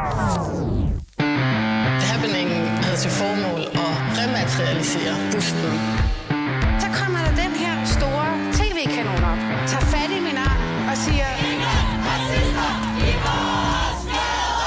Happeningen havde til formål at rematerialisere busten. Så kommer der den her store tv-kanon op, tager fat i min arm og siger... Ingen racister i vores gader!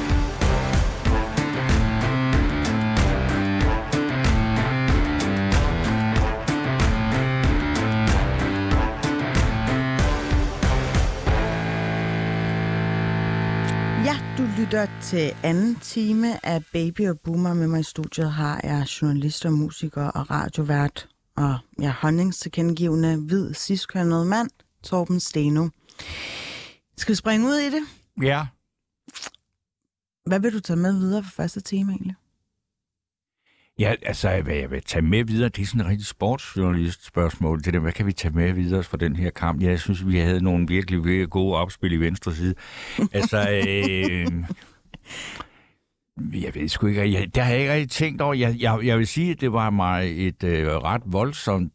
Ja, du lytter til anden time af Baby og Boomer. Med mig i studiet har jeg journalist og musiker og radiovært og holdningstilkendegivende hvid cis-kønnet mand, Torben Steno. Skal vi springe ud i det? Ja. Hvad vil du tage med videre for første time egentlig? Ja, altså, hvad jeg vil tage med videre, det er sådan et rigtig sportsjournalist-spørgsmål. Det der, hvad kan vi tage med videre fra den her kamp? Jeg synes, vi havde nogle virkelig gode opspil i venstre side. Altså, jeg ved sgu ikke, der har jeg ikke rigtig tænkt over. Jeg vil sige, at det var mig et ret voldsomt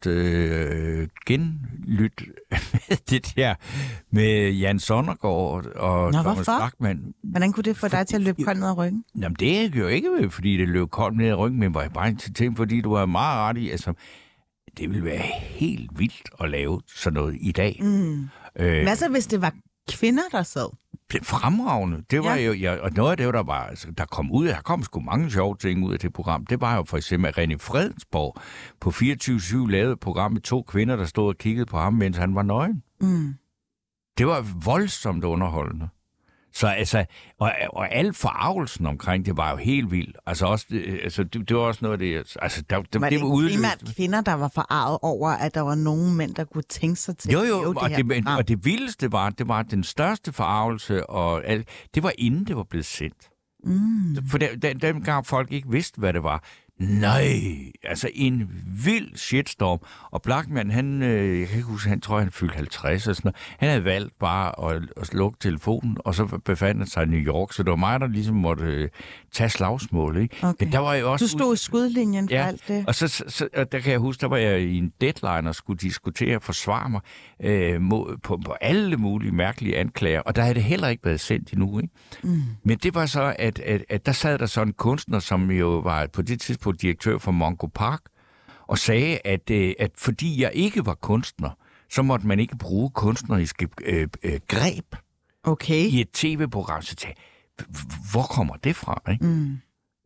genlyt med det der med Jan Sonnergaard og Thomas Drachmann. Hvordan kunne det få dig til at løbe koldt ned ad ryggen? Jamen, det er jo ikke, fordi det løb koldt ned ad ryggen, men var jeg bare til ting, fordi du var meget ret i, altså, det ville være helt vildt at lave sådan noget i dag. Hvad så, hvis det var kvinder, der sad? Det fremragende. Det var jo, og noget af det, der var, altså, der kom sgu mange sjove ting ud af det program. Det var jo for eksempel, at René Fredensborg på 24/7 lavede et program med 2 kvinder, der stod og kiggede på ham, mens han var nøgen. Det var voldsomt underholdende. Så altså, og al forarvelsen omkring det var jo helt vildt. Altså også, det var også noget af det, altså det var primært kvinder, der var forarvet over, at der var nogle mænd, der kunne tænke sig til at lave det her. Og det vildeste var, det var den største forarvelse, og alt, det var inden det var blevet sendt. For dengang folk ikke vidste, hvad det var. Nej, altså en vild shitstorm. Og Blachman, han, jeg kan ikke huske, han tror, han fyldte 50 og sådan noget. Han havde valgt bare at slukke telefonen, og så befandt han sig i New York, så det var mig, der ligesom måtte tage slagsmål, ikke? Okay. Men der var jo også... Du stod i skudlinjen for alt det. Og så der kan jeg huske, der var jeg i en deadline og skulle diskutere og forsvare mig på alle mulige mærkelige anklager, og der havde det heller ikke været sendt endnu, ikke? Men det var så, at der sad der sådan en kunstner, som jo var på det tidspunkt direktør for Mongo Park, og sagde, at fordi jeg ikke var kunstner, så måtte man ikke bruge kunstneriske greb i et tv-program. Så tænkte, hvor kommer det fra? Ikke?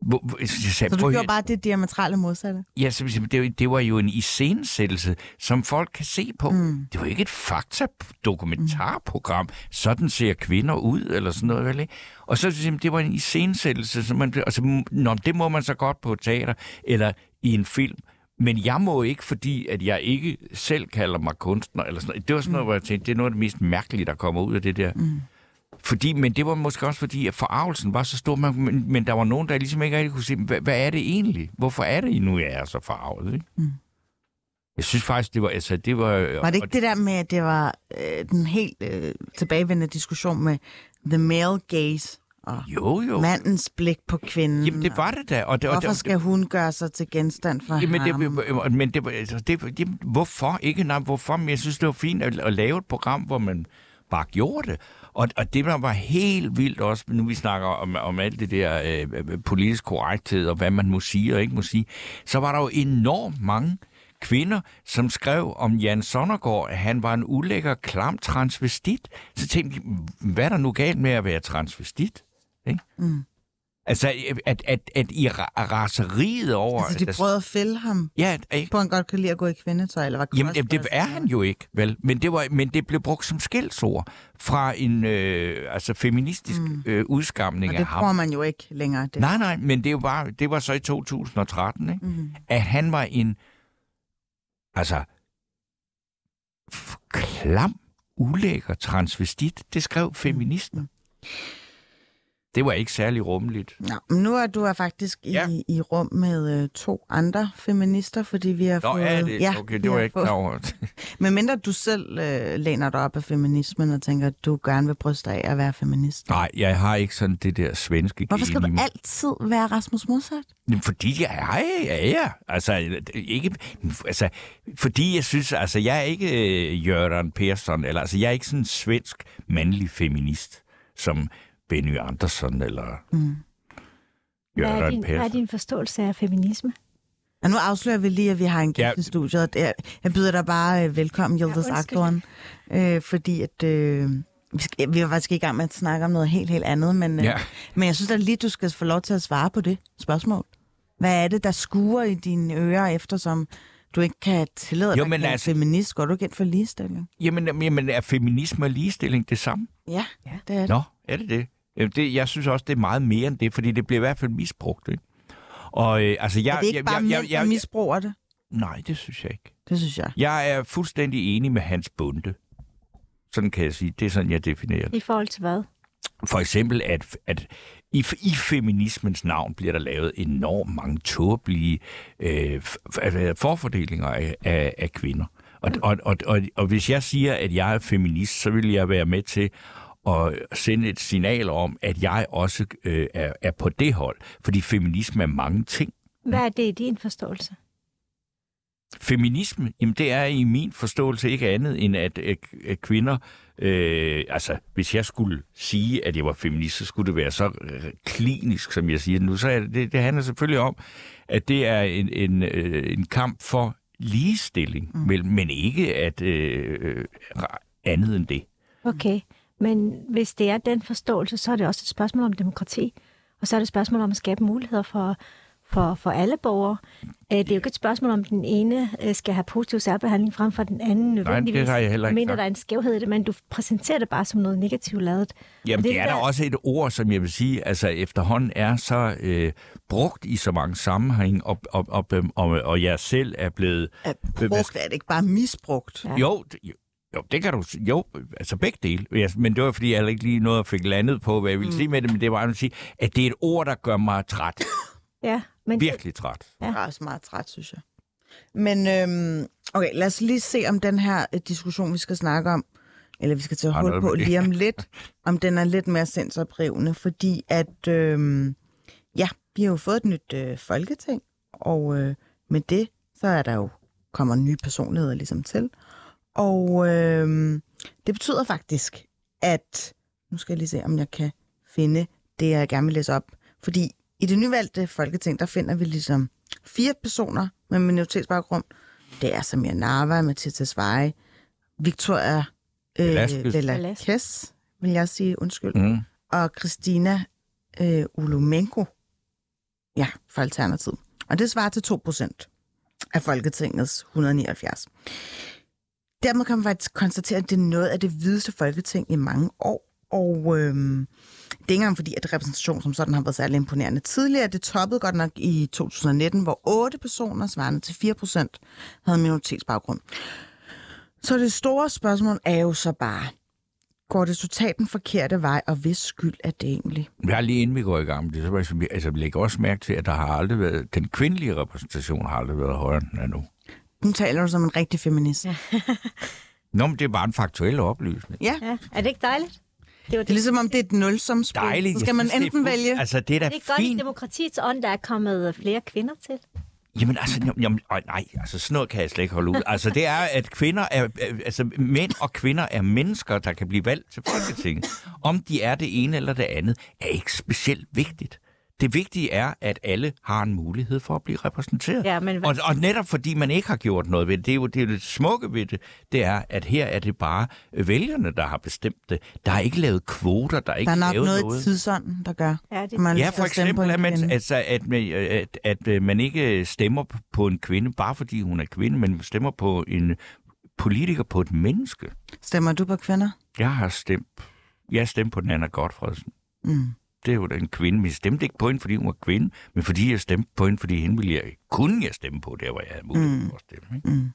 Så du gjorde bare det diametrale modsatte? Ja, det var jo en iscenesættelse, som folk kan se på. Det var ikke et fakta-dokumentarprogram. Sådan ser kvinder ud, eller sådan noget, vel, ikke? Og så det var en iscenesættelse, som det må man så godt på teater, eller i en film. Men jeg må ikke, fordi at jeg ikke selv kalder mig kunstner, eller sådan noget. Det var sådan noget, hvor jeg tænkte, det er noget af det mest mærkelige, der kommer ud af det der. Men det var måske også fordi, at forarvelsen var så stor, men der var nogen, der ligesom ikke rigtig kunne sige, hvad er det egentlig? Hvorfor er det nu, jeg er så forarvet? Ikke? Jeg synes faktisk, det var... Altså, det var det ikke det der med, at det var den helt tilbagevendende diskussion med the male gaze? Og jo. Mandens blik på kvinden. Jamen, det var det da. Hvorfor skal hun gøre sig til genstand for ham? Hvorfor? Ikke nej, hvorfor? Men jeg synes, det var fint at lave et program, hvor man bare gjorde det. Og det var helt vildt også, nu vi snakker om alt det der politisk korrekthed, og hvad man må sige og ikke må sige, så var der jo enormt mange kvinder, som skrev om Jan Sonnergaard, at han var en ulækker, klam transvestit. Så tænkte jeg, hvad er der nu galt med at være transvestit? Ikke? Altså, at i raseriet over... Altså, de prøvede at fælde ham, på han godt kan lide at gå i kvindetøj, eller hvad? Jamen, det er han jo ikke, vel? Men det blev brugt som skældsord fra en feministisk udskamning af ham. Og det bruger man jo ikke længere. Det. Nej, men det var så i 2013, ikke? At han var en... Altså... klam, ulækker transvestit, det skrev feministen. Det var ikke særlig rummeligt. Nå, men nu er du faktisk i rum med 2 andre feminister, fordi vi har fået... Okay, det var ikke klar over. Men mindre du selv læner dig op af feminismen og tænker, at du gerne vil bryste af at være feminist. Nej, jeg har ikke sådan det der svenske... Hvorfor skal du altid være Rasmus modsat? Fordi jeg er. Altså, fordi jeg synes, altså, jeg er ikke Göran Persson, eller altså, jeg er ikke sådan en svensk mandlig feminist, som Benny Andersson eller Hvad Jørgen er Persson. din forståelse af feminisme? Og nu afslører vi lige, at vi har en gæst i studiet. Jeg byder dig bare velkommen, Yıldız Akdoğan, fordi at... vi var faktisk i gang med at snakke om noget helt andet, men jeg synes da lige, du skal få lov til at svare på det spørgsmål. Hvad er det, der skuer i dine ører, eftersom du ikke kan tillade dig at være feminist? Går du ikke ind for ligestilling? Jamen, er feminisme og ligestilling det samme? Ja, det er det. Nå, er det det? Jeg synes også, det er meget mere end det, fordi det bliver i hvert fald misbrugt, ikke? Og, er det ikke bare mænd, der misbruger det? Nej, det synes jeg ikke. Det synes jeg. Jeg er fuldstændig enig med Hans Bonde. Sådan kan jeg sige. Det er sådan, jeg definerer det. I forhold til hvad? For eksempel, at i feminismens navn bliver der lavet enormt mange tåbelige forfordelinger af kvinder. Og hvis jeg siger, at jeg er feminist, så vil jeg være med til at sende et signal om, at jeg også er på det hold. Fordi feminisme er mange ting. Hvad er det i din forståelse? Feminisme, jamen det er i min forståelse ikke andet end, at kvinder... hvis jeg skulle sige, at jeg var feminist, så skulle det være så klinisk, som jeg siger nu. Så er det handler selvfølgelig om, at det er en kamp for ligestilling, men ikke at andet end det. Okay, men hvis det er den forståelse, så er det også et spørgsmål om demokrati, og så er det et spørgsmål om at skabe muligheder for alle borgere. Det er jo ikke et spørgsmål, om den ene skal have positiv særbehandling frem for den anden nødvendigvis. Nej, det har jeg heller ikke mener, der er en skævhed i det, men du præsenterer det bare som noget negativt lavet. Jamen, det er der også et ord, som jeg vil sige, altså efterhånden er så brugt i så mange sammenhæng, og jeg selv er blevet... Brugt er det ikke bare misbrugt? Ja. Jo, det kan du sige. Jo, altså begge dele. Men det var, fordi jeg ikke lige noget, jeg fik landet på, hvad jeg ville sige med det, men det var at sige, at det er et ord, der gør mig træt. Ja, men virkelig træt. Ja. Jeg er også meget træt, synes jeg. Men okay, lad os lige se, om den her diskussion, vi skal snakke om, eller vi skal tage hul på lige om lidt, om den er lidt mere sindsoprivende, fordi at, vi har jo fået et nyt folketing, og med det, så er der jo kommer nye personligheder ligesom til, og det betyder faktisk, at, nu skal jeg lige se, om jeg kan finde det, jeg gerne vil læse op, fordi i det nyvalgte folketing, der finder vi ligesom 4 personer med minoritetsbaggrund. Det er Samir Nawa, Mathias Tesfaye, Victoria Velasquez, vil jeg sige, undskyld, og Christina Ulumenko, fra Alternativet. Og det svarer til 2% af Folketingets 179. Dermed kan man faktisk konstatere, at det er noget af det hvideste folketing i mange år. Og det er ikke engang fordi, at repræsentation som sådan har været særlig imponerende tidligere. Det toppede godt nok i 2019, hvor 8 personer, svarende til 4%, havde minoritetsbaggrund. Så det store spørgsmål er jo så bare, går det totalt den forkerte vej, og hvis skyld er det egentlig? Jeg har lige inden vi går i gang med det, så vi lægger også mærke til, at der har aldrig været, den kvindelige repræsentation har aldrig været højere end nu. Nu taler du som en rigtig feminist. Ja. Nå, men det er bare en faktuel oplysning. Ja. Er det ikke dejligt? Det er ligesom om det er et nulsumsspil. Dejligt. Så skal man enten vælge... Altså, det er da fint. Det er godt i demokratiets ånd, der er kommet flere kvinder til. Jamen, altså, sådan noget kan jeg slet ikke holde ud. Altså, det er, at mænd og kvinder er mennesker, der kan blive valgt til Folketinget. Om de er det ene eller det andet, er ikke specielt vigtigt. Det vigtige er, at alle har en mulighed for at blive repræsenteret. Ja, men og netop fordi man ikke har gjort noget ved det, det er jo det smukke ved det, det er, at her er det bare vælgerne, der har bestemt det. Der er ikke lavet kvoter, der er ikke lavet noget. Der er nok noget i tidsånden, der gør. Ja, for eksempel, at man ikke stemmer på en kvinde, bare fordi hun er kvinde, men stemmer på en politiker, på et menneske. Stemmer du på kvinder? Jeg stemte på Nanna Gotfredsen. Det er jo en kvinde, men jeg stemte ikke på hende, fordi hun var kvinde, men fordi jeg stemte på hende, fordi hende kunne jeg stemme på, der hvor jeg havde mulighed for at stemme. Ikke?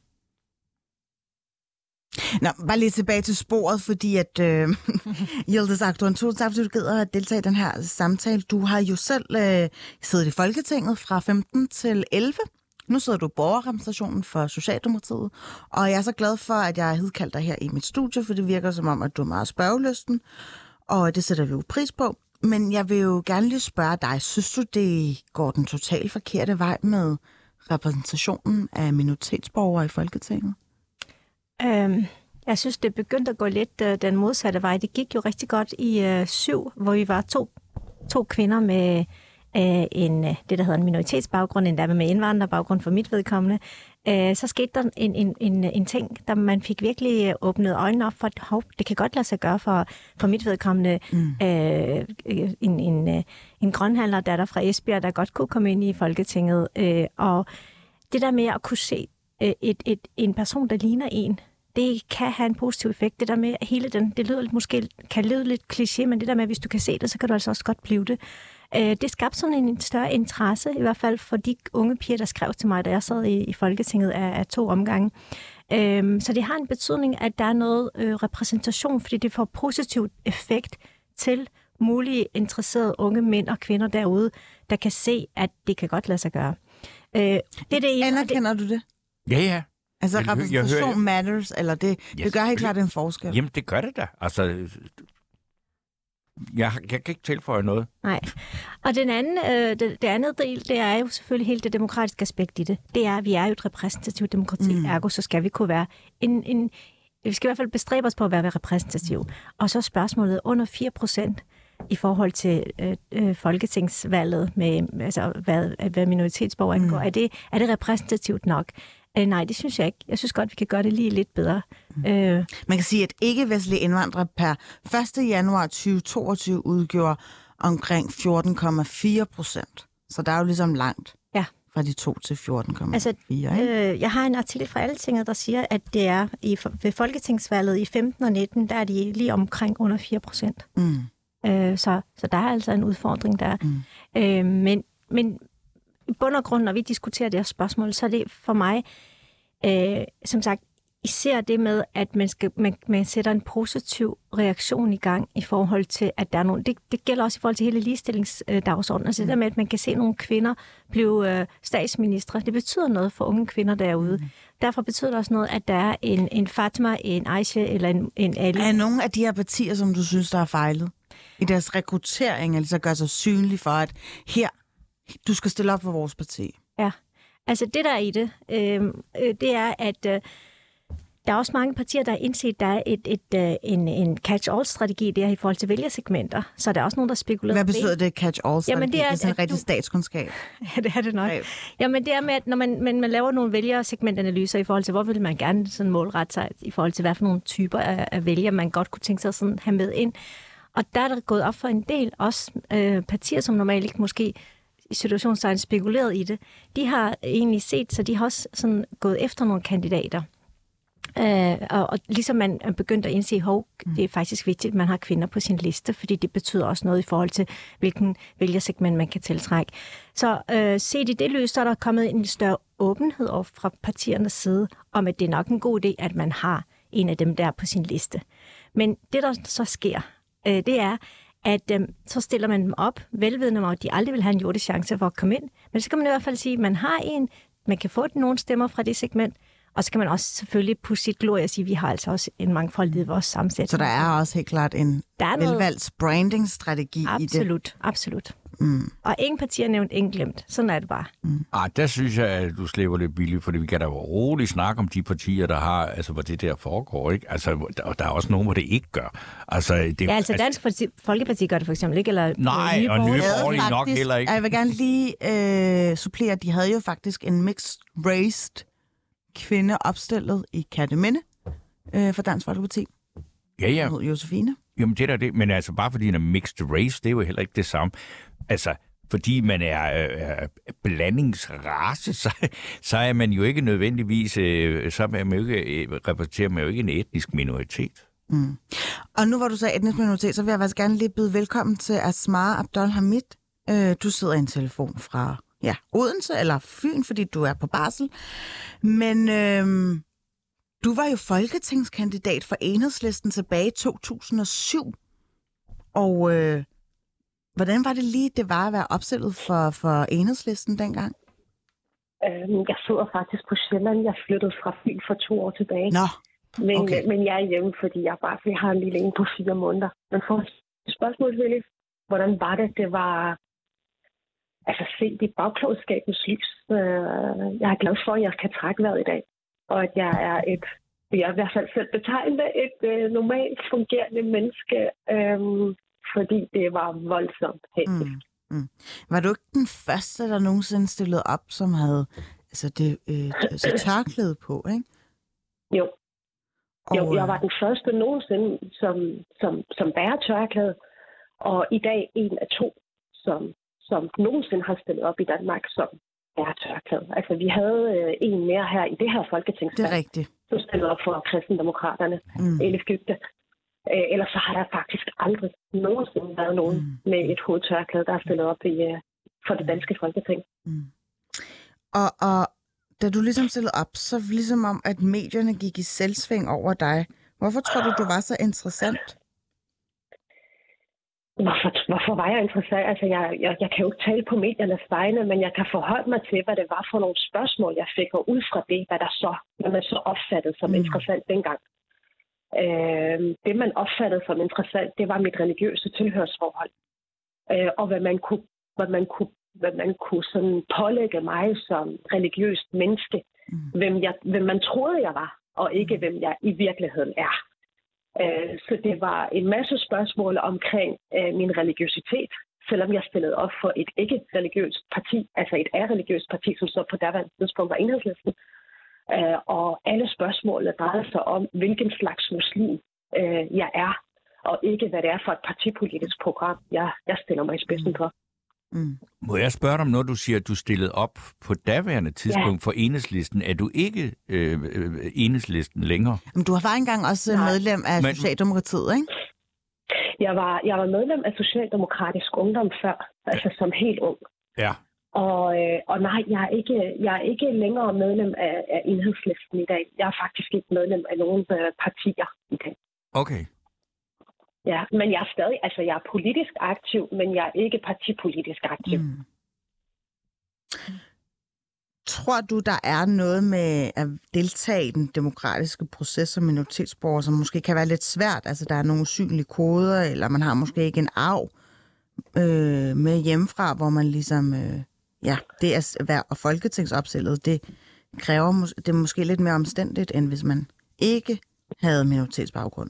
Nå, bare lige tilbage til sporet, fordi at Yıldız Akdoğan, tusind tak, fordi du gider at deltage i den her samtale. Du har jo selv siddet i Folketinget fra 15 til 11. Nu sidder du i borgerrepræsentationen for Socialdemokratiet, og jeg er så glad for, at jeg har hidkaldt dig her i mit studie, for det virker som om, at du er meget spørgelysten, og det sætter vi jo pris på. Men jeg vil jo gerne lige spørge dig, synes du, det går den totalt forkerte vej med repræsentationen af minoritetsborgere i Folketinget? Jeg synes, det begyndte at gå lidt den modsatte vej. Det gik jo rigtig godt i 7, hvor vi var to kvinder med det, der hedder en minoritetsbaggrund, endda med indvandrerbaggrund for mit vedkommende. Så skete der en ting, der man fik virkelig åbnet øjnene op for, at det kan godt lade sig gøre for mit vedkommende. En grønhandler, der fra Esbjerg, der godt kunne komme ind i Folketinget. Og det der med at kunne se en person, der ligner en, det kan have en positiv effekt. Det der med hele det lyder måske kan lyde lidt kliché, men det der med, at hvis du kan se det, så kan du altså også godt blive det. Det skabte sådan en større interesse, i hvert fald for de unge piger, der skrev til mig, da jeg sad i Folketinget af 2 omgange. Så det har en betydning, at der er noget repræsentation, fordi det får positiv effekt til mulige interesserede unge mænd og kvinder derude, der kan se, at det kan godt lade sig gøre. Det er det ene. Anerkender du det? Ja. Altså repræsentation matters, eller det gør helt klart en forskel. Jamen, det gør det da. Altså, jeg kan ikke tilføje noget. Nej. Og det andet del, det er jo selvfølgelig helt det demokratiske aspekt i det. Det er, at vi er jo et repræsentativt demokrati, ergo så skal vi kunne være vi skal i hvert fald bestræbe os på at være repræsentativ. Og så spørgsmålet under 4% i forhold til folketingsvalget, hvad minoritetsborger angår. Er det repræsentativt nok? Nej, det synes jeg ikke. Jeg synes godt, vi kan gøre det lige lidt bedre. Man kan sige, at ikke-vestlige indvandrere per 1. januar 2022 udgjorde omkring 14,4%. Så der er jo ligesom langt fra de 2 til 14,4. Altså, jeg har en artikel fra Altinget, der siger, at det er ved folketingsvalget i 15 og 19, der er de lige omkring under 4%. Så der er altså en udfordring der. Men i bund og grund, når vi diskuterer det her spørgsmål, så er det for mig, som sagt, især det med, at man sætter en positiv reaktion i gang i forhold til, at der er nogen. Det gælder også i forhold til hele ligestillingsdagsordenen. Altså det der med, at man kan se nogle kvinder blive statsministre, det betyder noget for unge kvinder derude. Derfor betyder det også noget, at der er en Fatma, en Aisha eller en Ali. Er nogle af de her partier, som du synes, der har fejlet i deres rekruttering, eller så gør sig synlig for, at her, du skal stille op for vores parti? Ja, altså det der er i det, det er, at der er også mange partier, der har indset, at der er en catch-all-strategi der i forhold til vælgersegmenter. Så der er også nogen, der spekulerer. Hvad betyder det catch-all-strategi? Jamen, det er sådan en rigtig statskundskab. Ja, det er det nok. Jamen det er med, at når man laver nogle vælgersegmentanalyser i forhold til, hvor vil man gerne sådan målrette sig i forhold til, hvad for nogle typer af vælger, man godt kunne tænke sig sådan have med ind. Og der er der gået op for en del, også partier, som normalt ikke måske i situationstegn spekuleret i det. De har egentlig set, så de har også sådan gået efter nogle kandidater. Og ligesom man er begyndt at indse, det er faktisk vigtigt, at man har kvinder på sin liste, fordi det betyder også noget i forhold til, hvilken vælgersegment man kan tiltrække. Så set i det lys, så er der kommet en større åbenhed over fra partiernes side, om at det er nok en god idé, at man har en af dem der på sin liste. Men det, der så sker, det er, at så stiller man dem op, velvidende om, at de aldrig vil have en jordisk chance for at komme ind. Men så kan man i hvert fald sige, at man har man kan få nogle stemmer fra det segment, og så kan man også selvfølgelig pusse sit glorie og sige, at vi har altså også en mangfoldighed i vores sammensætning. Så der er også helt klart en velvalgt branding-strategi i det? Absolut. Og ingen partier nævnt, ingen glemt. Sådan er det bare. Der synes jeg, at du slipper lidt billigt, fordi vi kan da jo roligt snakke om de partier, der har, altså hvor det der foregår, ikke? Altså, der er også nogen, hvor det ikke gør. Altså, Dansk Folkeparti gør det for eksempel ikke, eller nej, og Nye Borgerlige nok heller ikke. Jeg vil gerne lige supplere, de havde jo faktisk en mixed-raced kvinde opstillet i Kerteminde for Dansk Folkeparti. Ja. Hun hed Josefine. Jamen det er det, men altså bare fordi man er mixed race, det er jo heller ikke det samme. Altså, fordi man er blandingsrace, så er man jo ikke nødvendigvis, repræsenterer man jo ikke en etnisk minoritet. Og nu hvor du sagde etnisk minoritet, så vil jeg faktisk gerne lige byde velkommen til Asmar Abdolhamid. Du sidder i en telefon fra Odense eller Fyn, fordi du er på barsel. Men du var jo folketingskandidat for Enhedslisten tilbage i 2007. Og hvordan var det lige, det var at være opstillet for Enhedslisten dengang? Jeg sidder faktisk på Sjælland. Jeg flyttede fra Fyn for 2 år tilbage. Nå, okay. Men jeg er hjemme, fordi jeg har en lille på 4 måneder. Men for spørgsmålet selvfølgelig, hvordan var det? Det var set i bagklogskabens lys. Jeg er glad for, at jeg kan trække vejret i dag. Og at jeg er et jeg i hvert fald selv betegne et normalt fungerende menneske, fordi det var voldsomt hektisk. Var du ikke den første, der nogensinde stillede op, som havde tørklæde på, ikke? Jo. Jo, jeg var den første nogensinde, som bærer tørklæde, og i dag en af to, som nogensinde har stillet op i Danmark, som bærer tørklæde. Altså, vi havde en mere her i det her folketingsvalg. Det er rigtigt. Som stillede op for kristendemokraterne, Elif Gygte. Ellers så har der faktisk aldrig nogensinde været nogen med et hovedtørklæde, der er stillet op for det danske folketing. Og da du ligesom stillede op, så ligesom om, at medierne gik i selvsving over dig. Hvorfor tror du var så interessant? Hvorfor var jeg interessant? Altså, jeg kan jo ikke tale på mediernes vegne, men jeg kan forholde mig til, hvad det var for nogle spørgsmål, jeg fik, og ud fra det, hvad man så opfattede som interessant dengang. Det, man opfattede som interessant, det var mit religiøse tilhørsforhold. Og hvad man kunne sådan pålægge mig som religiøst menneske. Hvem man troede, jeg var, og ikke hvem jeg i virkeligheden er. Så det var en masse spørgsmål omkring min religiøsitet, selvom jeg stillede op for et ikke-religiøst parti, altså et af-religiøst parti, som så på daværende tidspunkt var Enhedslisten. Og alle spørgsmålene drejede sig om, hvilken slags muslim jeg er, og ikke hvad det er for et partipolitisk program, jeg stiller mig i spidsen for. Må jeg spørge dig om noget, du siger, at du stillede op på daværende tidspunkt for Enhedslisten. Er du ikke Enhedslisten længere? Men du var engang også medlem af Socialdemokratiet, ikke? Jeg var medlem af Socialdemokratisk Ungdom før, altså som helt ung. Ja. Og nej, jeg er ikke længere medlem af Enhedslisten i dag. Jeg er faktisk ikke medlem af nogen partier i dag. Okay. Ja, men jeg er stadig, altså jeg er politisk aktiv, men jeg er ikke partipolitisk aktiv. Tror du, der er noget med at deltage i den demokratiske proces som minoritetsborger, som måske kan være lidt svært? Altså der er nogle usynlige koder, eller man har måske ikke en arv med hjemmefra, hvor man ligesom, det at være folketingsopstillet, det kræver det er måske lidt mere omstændigt, end hvis man ikke havde minoritetsbaggrund.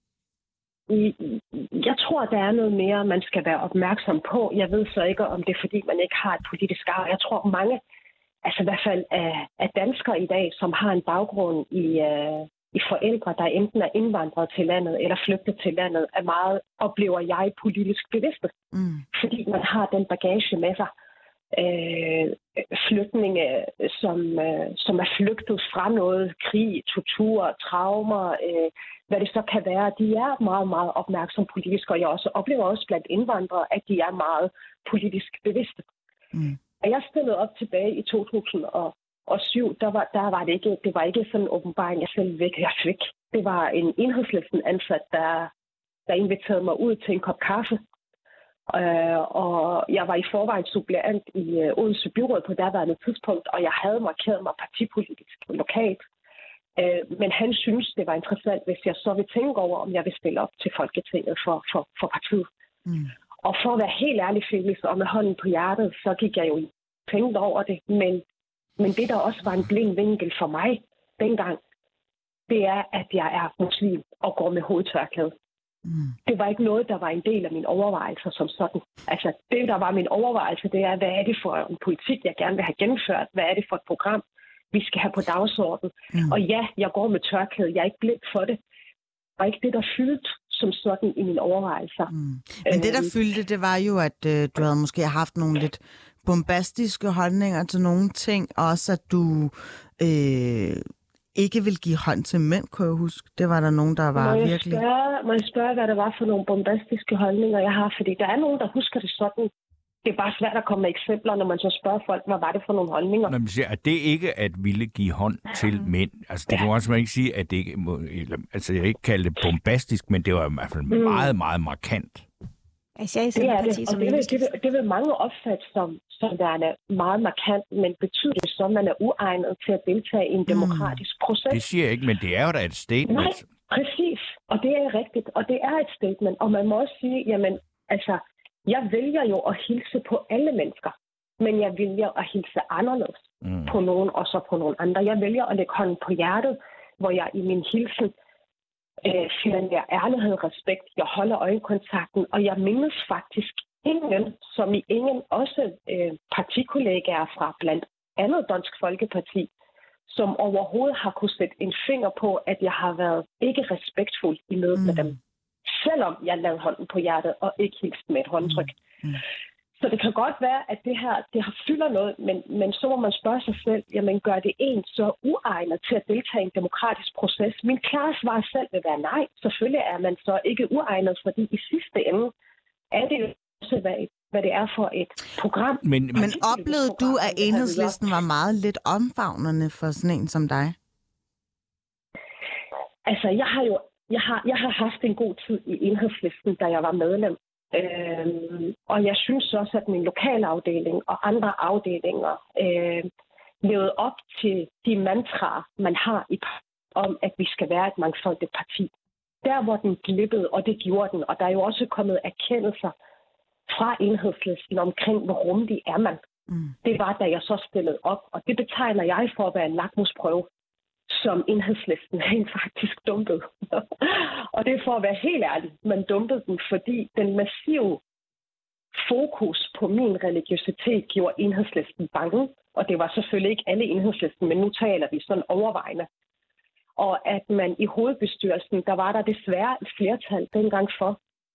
Jeg tror, der er noget mere, man skal være opmærksom på. Jeg ved så ikke, om det er, fordi man ikke har et politisk arv. Jeg tror, mange, altså i hvert fald af danskere i dag, som har en baggrund i forældre, der enten er indvandret til landet eller flygtet til landet, er meget, oplever jeg, politisk bevidste. Fordi man har den bagage med sig. Flygtninge, som er flygtet fra noget, krig, tortur, traumer, hvad det så kan være, de er meget, meget opmærksom politisk, og jeg oplever også blandt indvandrere, at de er meget politisk bevidste. Og jeg stillede op tilbage i 2007, det var ikke sådan en åbenbaring, jeg fik. Det var en Enhedslisten ansat, der inviterede mig ud til en kop kaffe. Og jeg var i forvejen suppleant i Odense Byråd på daværende tidspunkt, og jeg havde markeret mig partipolitisk lokalt. Men han synes, det var interessant, hvis jeg så vil tænke over, om jeg vil stille op til Folketinget for partiet. Og for at være helt ærlig, Felix, og med hånden på hjertet, så gik jeg jo tænkt over det. Men det, der også var en blind vinkel for mig dengang, det er, at jeg er muslim og går med hovedtørklæde. Det var ikke noget, der var en del af mine overvejelser som sådan. Altså, det, der var min overvejelse, det er, hvad er det for en politik, jeg gerne vil have gennemført? Hvad er det for et program, vi skal have på dagsordenen? Og ja, jeg går med tørklæde. Jeg er ikke blind for det. Det var ikke det, der fyldte som sådan i mine overvejelser. Men det, der fyldte, det var jo, at du havde måske haft nogle lidt bombastiske holdninger til nogle ting. Også at du ikke vil give hånd til mænd, kunne jeg huske. Det var der nogen, der var virkelig... Må jeg spørge, hvad det var for nogle bombastiske holdninger, jeg har? Fordi der er nogen, der husker det sådan. Det er bare svært at komme med eksempler, når man så spørger folk, hvad var det for nogle holdninger? Når man siger, at det ikke at ville give hånd til mænd. Altså, det kan man også ikke sige, at det ikke... Altså, jeg ikke kalde det bombastisk, men det var i hvert fald meget, meget markant. Altså, det er det, og det vil mange opfatte som værende meget markant, men betyder det så, at man er uegnet til at deltage i en demokratisk proces? Det siger jeg ikke, men det er jo da et statement. Nej, præcis, og det er rigtigt, og det er et statement, og man må også sige, jamen, altså, jeg vælger jo at hilse på alle mennesker, men jeg vælger at hilse anderledes på nogen, og så på nogle andre. Jeg vælger at lægge hånden på hjertet, hvor jeg i min hilsen signalerer ærlighed og respekt. Jeg holder øjenkontakten, og jeg mindes faktisk ingen, som i ingen, også partikollegaer fra blandt andet Dansk Folkeparti, som overhovedet har kunne sætte en finger på, at jeg har været ikke respektfuld i mødet med dem. Selvom jeg lavede hånden på hjertet og ikke hilst med et håndtryk. Så det kan godt være, at det her det har fylder noget, men så må man spørge sig selv, jamen gør det en så uegnet til at deltage i en demokratisk proces? Min klare svar selv vil være nej. Selvfølgelig er man så ikke uegnet, fordi i sidste ende er det jo også, hvad det er for et program. Men oplevede du, at Enhedslisten var meget lidt omfavnende for sådan en som dig? Altså, jeg har haft en god tid i Enhedslisten, da jeg var medlem. Og jeg synes også, at min lokale afdeling og andre afdelinger levede op til de mantraer, man har om, at vi skal være et mangfoldigt parti. Der, hvor den glippede, og det gjorde den, og der er jo også kommet erkendelser fra Enhedslisten omkring, hvor rumlig er man. Det var, da jeg så stillede op, og det betegner jeg for at være en lakmusprøve, som Enhedslisten rent faktisk dumpede. Og det er for at være helt ærlig, man dumpede den, fordi den massive fokus på min religiøsitet gjorde Enhedslisten bange. Og det var selvfølgelig ikke alle Enhedslisten, men nu taler vi sådan overvejende. Og at man i hovedbestyrelsen, der var der desværre et flertal dengang for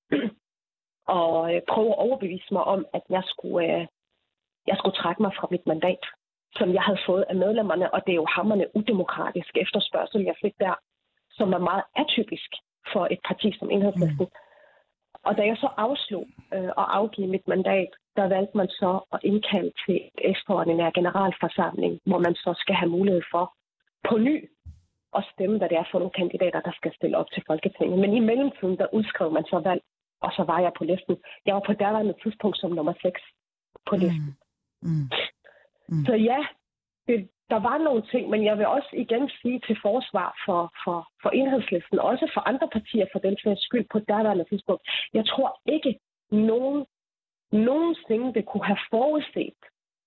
at prøve at overbevise mig om, at jeg skulle trække mig fra mit mandat, som jeg havde fået af medlemmerne, og det er jo hamrende udemokratisk efterspørgsel, jeg fik der, som er meget atypisk for et parti som Enhedslisten. Og da jeg så afslog og afgive mit mandat, der valgte man så at indkalde til et ekstraordinær generalforsamling, hvor man så skal have mulighed for på ny at stemme, hvad det er for nogle kandidater, der skal stille op til Folketinget. Men i mellemtiden, der udskrev man så valg, og så var jeg på listen. Jeg var på derværende tidspunkt som nummer 6 på listen. Så ja, der var nogle ting, men jeg vil også igen sige til forsvar for Enhedslisten, også for andre partier for den sags skyld på derværende tidspunkt. Jeg tror ikke, nogensinde det kunne have forudset,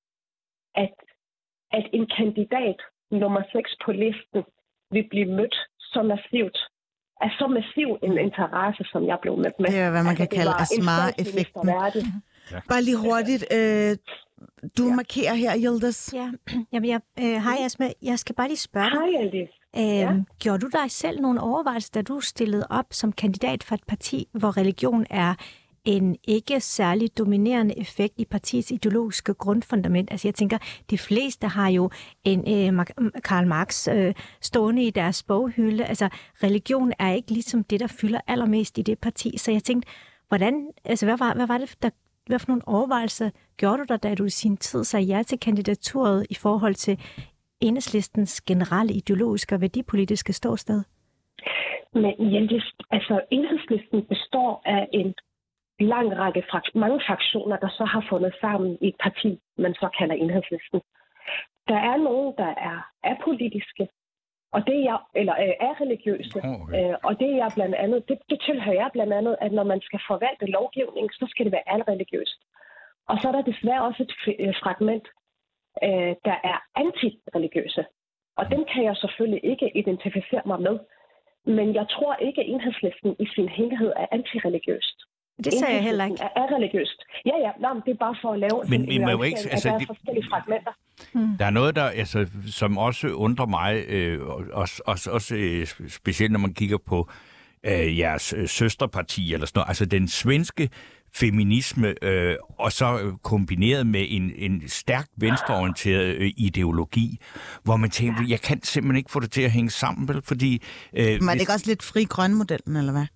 at en kandidat nummer 6 på listen vil blive mødt så massivt. Er så massiv en interesse, som jeg blev mødt med. Det er, hvad man kan kalde Asmar-effekten. Bare lige hurtigt. Du markerer her, Yildiz. Ja, jamen hej Asma. Jeg skal bare lige spørge dig. Hej, Yildiz. Gjorde du dig selv nogle overvejelser, da du stillede op som kandidat for et parti, hvor religion er en ikke særlig dominerende effekt i partiets ideologiske grundfundament? Altså jeg tænker, de fleste har jo en Karl Marx stående i deres boghylde. Altså religion er ikke ligesom det, der fylder allermest i det parti. Så jeg tænkte, hvad var det, hvad for nogle overvejelser gjorde du dig, da du i sin tid sagde ja til kandidaturet i forhold til Enhedslistens generelle ideologiske og værdipolitiske ståsted? Men Enhedslisten består af en lang række mange fraktioner, der så har fundet sammen i et parti, man så kalder Enhedslisten. Der er nogen, der er apolitiske, og det er religiøse. Og det er blandt andet, det tilhører jeg blandt andet, at når man skal forvalte lovgivning, så skal det være alreligiøst. Og så er der desværre også et fragment, der er antireligiøse. Og dem kan jeg selvfølgelig ikke identificere mig med. Men jeg tror ikke, at Enhedslisten i sin helhed er antireligiøst. Det sagde jeg heller ikke. Er religiøst. Ja, det er bare for at lave men man jo ikke, der er forskellige fragmenter. Der er noget, der, som også undrer mig, også specielt når man kigger på jeres søsterparti eller sådan noget. Altså den svenske feminisme, og så kombineret med en stærkt venstreorienteret ideologi, hvor man tænker, jeg kan simpelthen ikke få det til at hænge sammen, vel? Fordi... Men er det ikke også lidt fri grønmodellen, eller hvad?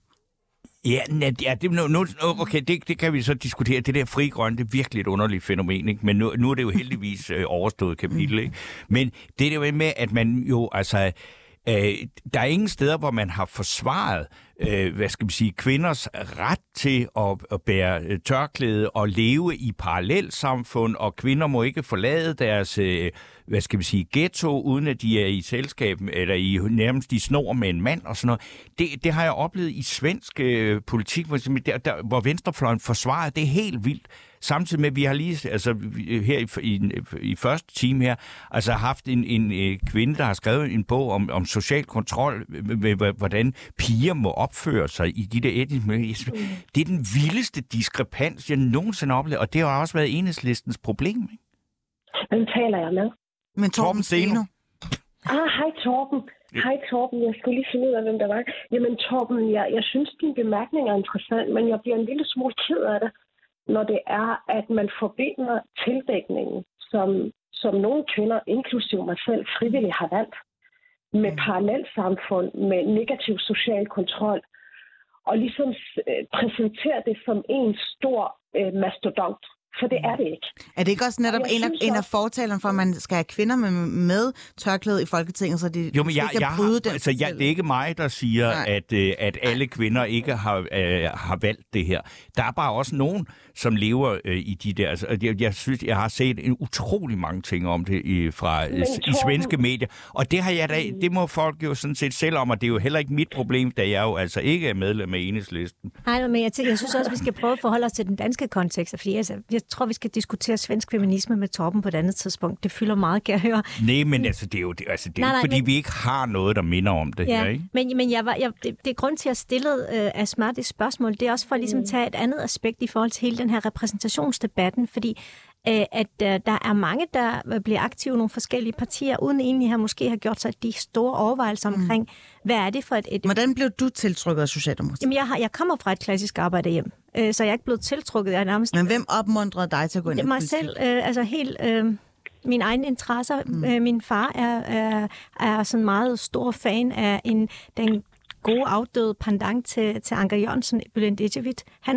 Det kan vi så diskutere. Det der fri grønne, det er virkelig et underligt fænomen, ikke? Men nu er det jo heldigvis overstået kapitel, ikke? Men det er jo med, at man jo, der er ingen steder, hvor man har forsvaret, kvinders ret til at bære tørklæde og leve i parallelsamfund, og kvinder må ikke forlade deres, ghetto, uden at de er i selskab, eller nærmest i snor med en mand og sådan noget. Det har jeg oplevet i svensk politik, hvor venstrefløjen forsvarer det helt vildt. samtidig med, at vi har lige, her i første time her, altså haft en kvinde, der har skrevet en bog om social kontrol, med hvordan piger må opføre sig i de der etniske miljøer. Det er den vildeste diskrepans, jeg nogensinde oplevet, og det har også været Enhedslistens problem, ikke? Hvem taler jeg med? Men Torben Steno. Hej Torben. Hej Torben, jeg skulle lige finde ud af, hvem der var. Jamen Torben, jeg synes, din bemærkning er interessant, men jeg bliver en lille smule ked af det, når det er, at man forbinder tildækningen, som nogle kvinder, inklusive mig selv, frivilligt har valgt, med parallelsamfund, med negativ social kontrol, og ligesom præsenterer det som en stor mastodont. For det er det ikke. Er det ikke også netop en af fortalerne for, at man skal have kvinder med tørklæde i Folketinget, så de jo, men kan bryde den? Det er ikke mig, der siger, at alle kvinder ikke har valgt det her. Der er bare også nogen, som lever i de der... Altså, jeg synes, jeg har set en utrolig mange ting om det i svenske medier. Og det har jeg da, det må folk jo sådan set selv om, og det er jo heller ikke mit problem, da jeg jo altså ikke er medlem af Enhedslisten. Nej, men jeg synes også, at vi skal prøve at forholde os til den danske kontekst, fordi jeg tror, vi skal diskutere svensk feminisme med Torben på et andet tidspunkt. Det fylder meget, kan jeg høre. Nej, men det er jo fordi vi ikke har noget, der minder om det her, ikke? Men det er grund til at stille Asma det spørgsmål. Det er også for at ligesom tage et andet aspekt i forhold til hele den her repræsentationsdebatten, fordi at der er mange, der bliver aktive i nogle forskellige partier, uden egentlig måske har gjort sig de store overvejelser omkring, hvad er det for et... Hvordan blev du tiltrukket af Socialdemokratiet? Jamen, jeg kommer fra et klassisk arbejderhjem, så jeg er ikke blevet tiltrukket af nærmest... Men hvem opmuntrede dig til at gå ind i politik? Mig selv, helt... Mine egne interesser. Min far er sådan meget stor fan af den gode afdøde pendant til Anker Jørgensen, Bülent Ecevit.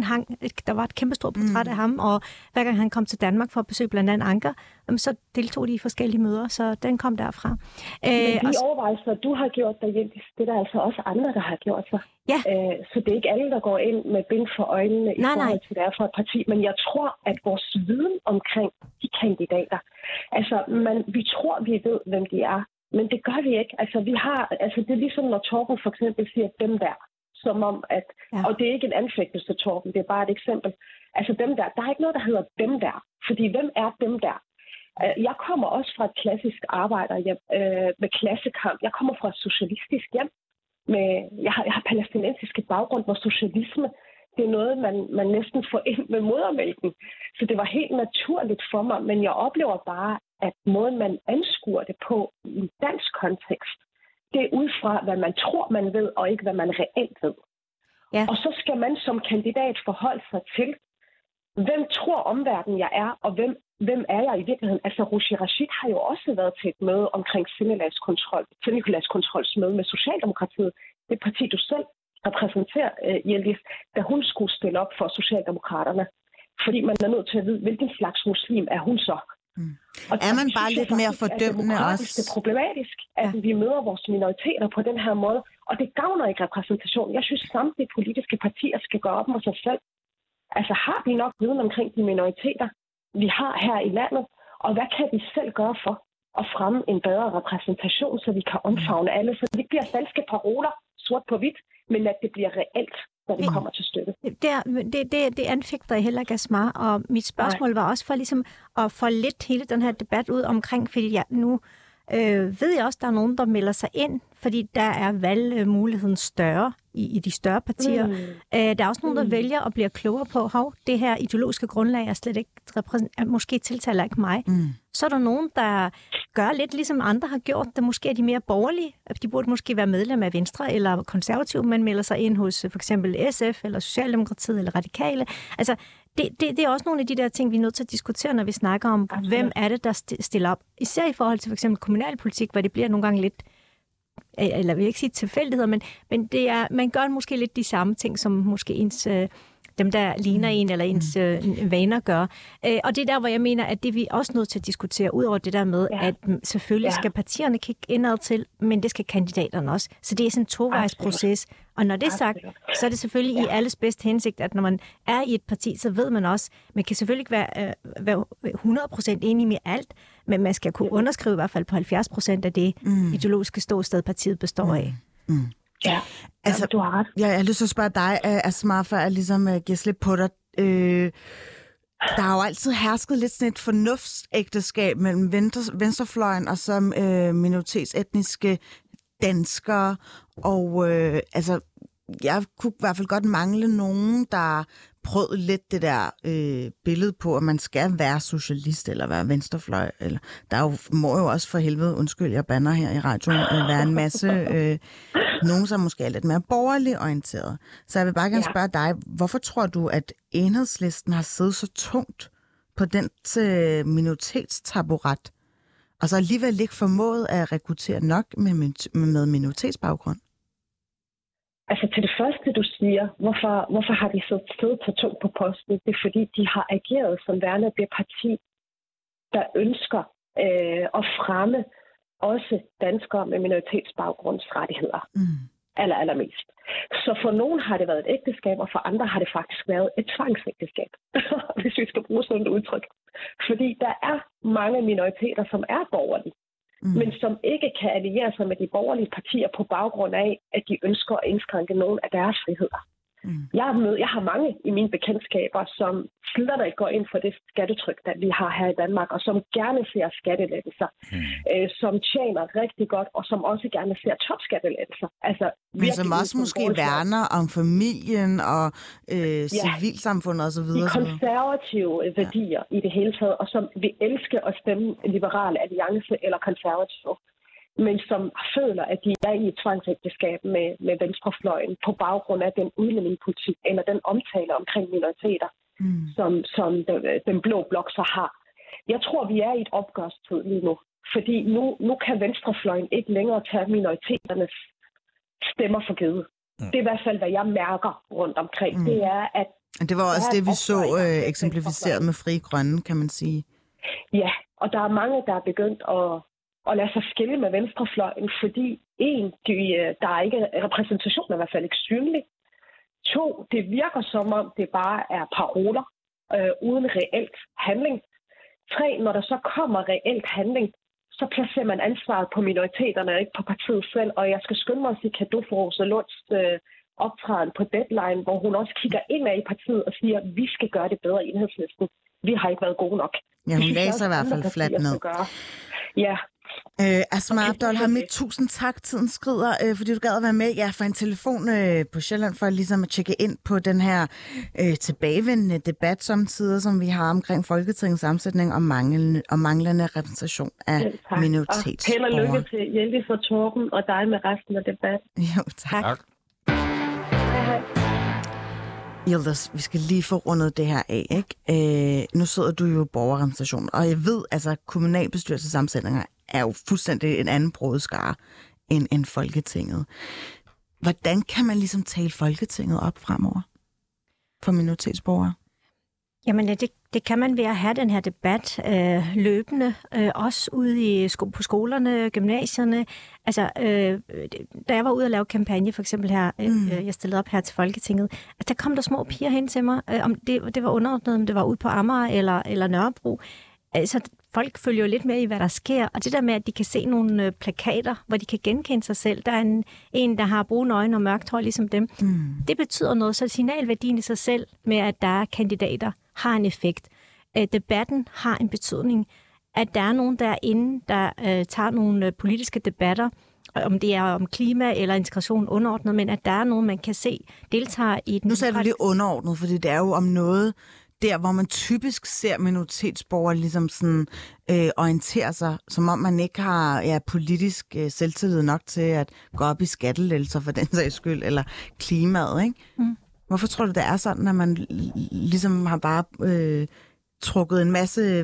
Der var et kæmpestort portræt af ham, og hver gang han kom til Danmark for at besøge blandt andet Anker, så deltog de i forskellige møder, så den kom derfra. Men de overvejelser, du har gjort derhjemme, det er der altså også andre, der har gjort sig. Ja. Så det er ikke alle, der går ind med bind for øjnene i forhold til det er for et parti. Men jeg tror, at vores viden omkring de kandidater, altså vi tror, vi ved, hvem de er. Men det gør vi ikke. Det er ligesom, når Torben for eksempel siger dem der, som om at, og det er ikke en anfægtelse, Torben, det er bare et eksempel. Altså dem der er ikke noget, der hedder dem der. Fordi hvem er dem der? Jeg kommer også fra et klassisk arbejderhjem med klassekamp. Jeg kommer fra et socialistisk hjem. Jeg har palæstinensisk baggrund, hvor socialisme, det er noget, man næsten får ind med modermælken. Så det var helt naturligt for mig, men jeg oplever bare, at måden, man anskuer det på i en dansk kontekst, det er ud fra, hvad man tror, man ved, og ikke, hvad man reelt ved. Ja. Og så skal man som kandidat forholde sig til, hvem tror omverdenen jeg er, og hvem er jeg i virkeligheden? Altså, Rushi Rashid har jo også været til et møde omkring sindelagskontrolsmøde med Socialdemokratiet. Det parti, du selv repræsenterer, Yildiz, da hun skulle stille op for Socialdemokraterne. Fordi man er nødt til at vide, hvilken slags muslim er hun så? Og er man bare lidt mere fordømmende også? Det er problematisk, at vi møder vores minoriteter på den her måde, og det gavner ikke repræsentation. Jeg synes, samtlige politiske partier skal gå op med sig selv. Altså, har vi nok viden omkring de minoriteter, vi har her i landet, og hvad kan vi selv gøre for at fremme en bedre repræsentation, så vi kan omfavne alle, så det ikke bliver falske paroler, sort på hvidt, men at det bliver reelt, når det kommer til stykket. Det anfægter jeg heller ikke, Asma, og mit spørgsmål var også for ligesom at få lidt hele den her debat ud omkring, fordi nu ved jeg også, at der er nogen, der melder sig ind, fordi der er valgmuligheden større i de større partier. Der er også nogen, der vælger at blive klogere på, det her ideologiske grundlag er slet ikke måske tiltaler ikke mig. Så er der nogen, der gør lidt ligesom andre har gjort, der måske er de mere borgerlige. De burde måske være medlem af Venstre eller Konservative, men melder sig ind hos for eksempel SF eller Socialdemokratiet eller Radikale. Altså, det er også nogle af de der ting, vi er nødt til at diskutere, når vi snakker om, hvem er det, der stiller op. Især i forhold til for eksempel kommunalpolitik, hvor det bliver nogle gange lidt, eller jeg vil ikke sige tilfældigheder, men det er, man gør måske lidt de samme ting, som måske ens dem, der ligner en eller ens vaner gør. Og det er der, hvor jeg mener, at det vi også nødt til at diskutere, ud over det der med, at selvfølgelig skal partierne kigge indad til, men det skal kandidaterne også. Så det er sådan en tovejsproces. Og når det er sagt, så er det selvfølgelig i alles bedste hensigt, at når man er i et parti, så ved man også, man kan selvfølgelig ikke være 100% enig med alt, men man skal kunne underskrive i hvert fald på 70% af det ideologiske ståsted, partiet består af. Ja, altså, du har ret. Jeg har lyst til at spørge dig, Asma, før jeg ligesom giver slip på dig. Der har jo altid hersket lidt sådan et fornuftsægteskab mellem venstrefløjen og så minoritetsetniske danskere. Og jeg kunne i hvert fald godt mangle nogen, der prøvede lidt det der billede på, at man skal være socialist eller være venstrefløj. Eller, der må jo også for helvede, undskyld, jeg bander her i radioen, være en masse nogen, som måske er lidt mere borgerligt orienteret. Så jeg vil bare gerne spørge dig, hvorfor tror du, at Enhedslisten har siddet så tungt på den minoritetstaburet, og så alligevel ikke formået at rekruttere nok med minoritetsbaggrund? Altså til det første, du siger, hvorfor har de så siddet så tungt på posten? Det er fordi, de har ageret som værende det parti, der ønsker at fremme også danskere med minoritetsbaggrundsrettigheder. Allermest. Så for nogen har det været et ægteskab, og for andre har det faktisk været et tvangsægteskab, hvis vi skal bruge sådan et udtryk. Fordi der er mange minoriteter, som er borgerlige, men som ikke kan alliere sig med de borgerlige partier på baggrund af, at de ønsker at indskrænke nogle af deres friheder. Jeg har mange i mine bekendtskaber, som slet ikke går ind for det skattetryk, der vi har her i Danmark, og som gerne ser skattelettelser, som tjener rigtig godt, og som også gerne ser topskattelettelser. Altså, men som også måske værner om familien og civilsamfundet osv. De konservative værdier i det hele taget, og som vil elske at stemme Liberal Alliance eller konservative, men som føler, at de er i et tvangsægteskab med venstrefløjen på baggrund af den udlændingepolitik eller den omtale omkring minoriteter, som den blå blok så har. Jeg tror, vi er i et opgørstid lige nu, fordi nu kan venstrefløjen ikke længere tage minoriteternes stemmer for givet. Det er i hvert fald, hvad jeg mærker rundt omkring. Det er, at det var også det, vi så eksemplificeret med Frie Grønne, kan man sige. Ja, og der er mange, der er begyndt at lade sig skille med venstrefløjen, fordi der er ikke repræsentation, i hvert fald ikke synlig. 2, det virker som om, det bare er paroler uden reelt handling. 3, når der så kommer reelt handling, så placerer man ansvaret på minoriteterne og ikke på partiet selv. Og jeg skal skynde mig at sige cadeau for Rosa Lunds optræden på Deadline, hvor hun også kigger indad i partiet og siger, at vi skal gøre det bedre i Enhedslisten. Vi har ikke været gode nok. Ja, hun læser i hvert fald fladt ned. Ja. Asma Abdol Hamid, tusind tak, tiden skrider, fordi du gad at være med. Jeg får en telefon på Sjælland for ligesom at tjekke ind på den her tilbagevendende debat samtidig, som vi har omkring Folketingets sammensætning og manglende repræsentation af minoritetsborgere. Held og lykke til Hjeldi for Torben og dig med resten af debatten. Jo, tak. Yildiz, vi skal lige få rundet det her af, ikke? Nu sidder du jo i borgerrepræsentation, og jeg ved, altså kommunalbestyrelsesammensætninger er jo fuldstændig en anden brodeskare end Folketinget. Hvordan kan man ligesom tale Folketinget op fremover for minoritetsborgere? Jamen, det kan man ved at have den her debat løbende, også ude på skolerne, gymnasierne. Altså, da jeg var ude og lave kampagne, for eksempel her, jeg stillede op her til Folketinget, der kom der små piger hen til mig, om det var underordnet, om det var ude på Amager eller Nørrebro. Altså, folk følger jo lidt med i, hvad der sker, og det der med, at de kan se nogle plakater, hvor de kan genkende sig selv. Der er en der har brune øjne og mørkt hår, ligesom dem. Det betyder noget, så signalværdien i sig selv med, at der er kandidater, har en effekt. Debatten har en betydning. At der er nogen derinde, der tager nogle politiske debatter, om det er om klima eller integration underordnet, men at der er nogen, man kan se deltager i den. Nu sagde du lige underordnet, fordi det er jo om noget der, hvor man typisk ser minoritetsborgere ligesom sådan orientere sig, som om man ikke har politisk selvtillid nok til at gå op i skattelettelser for den sags skyld, eller klimaet, ikke? Hvorfor tror du, det er sådan, at man ligesom har bare trukket en masse,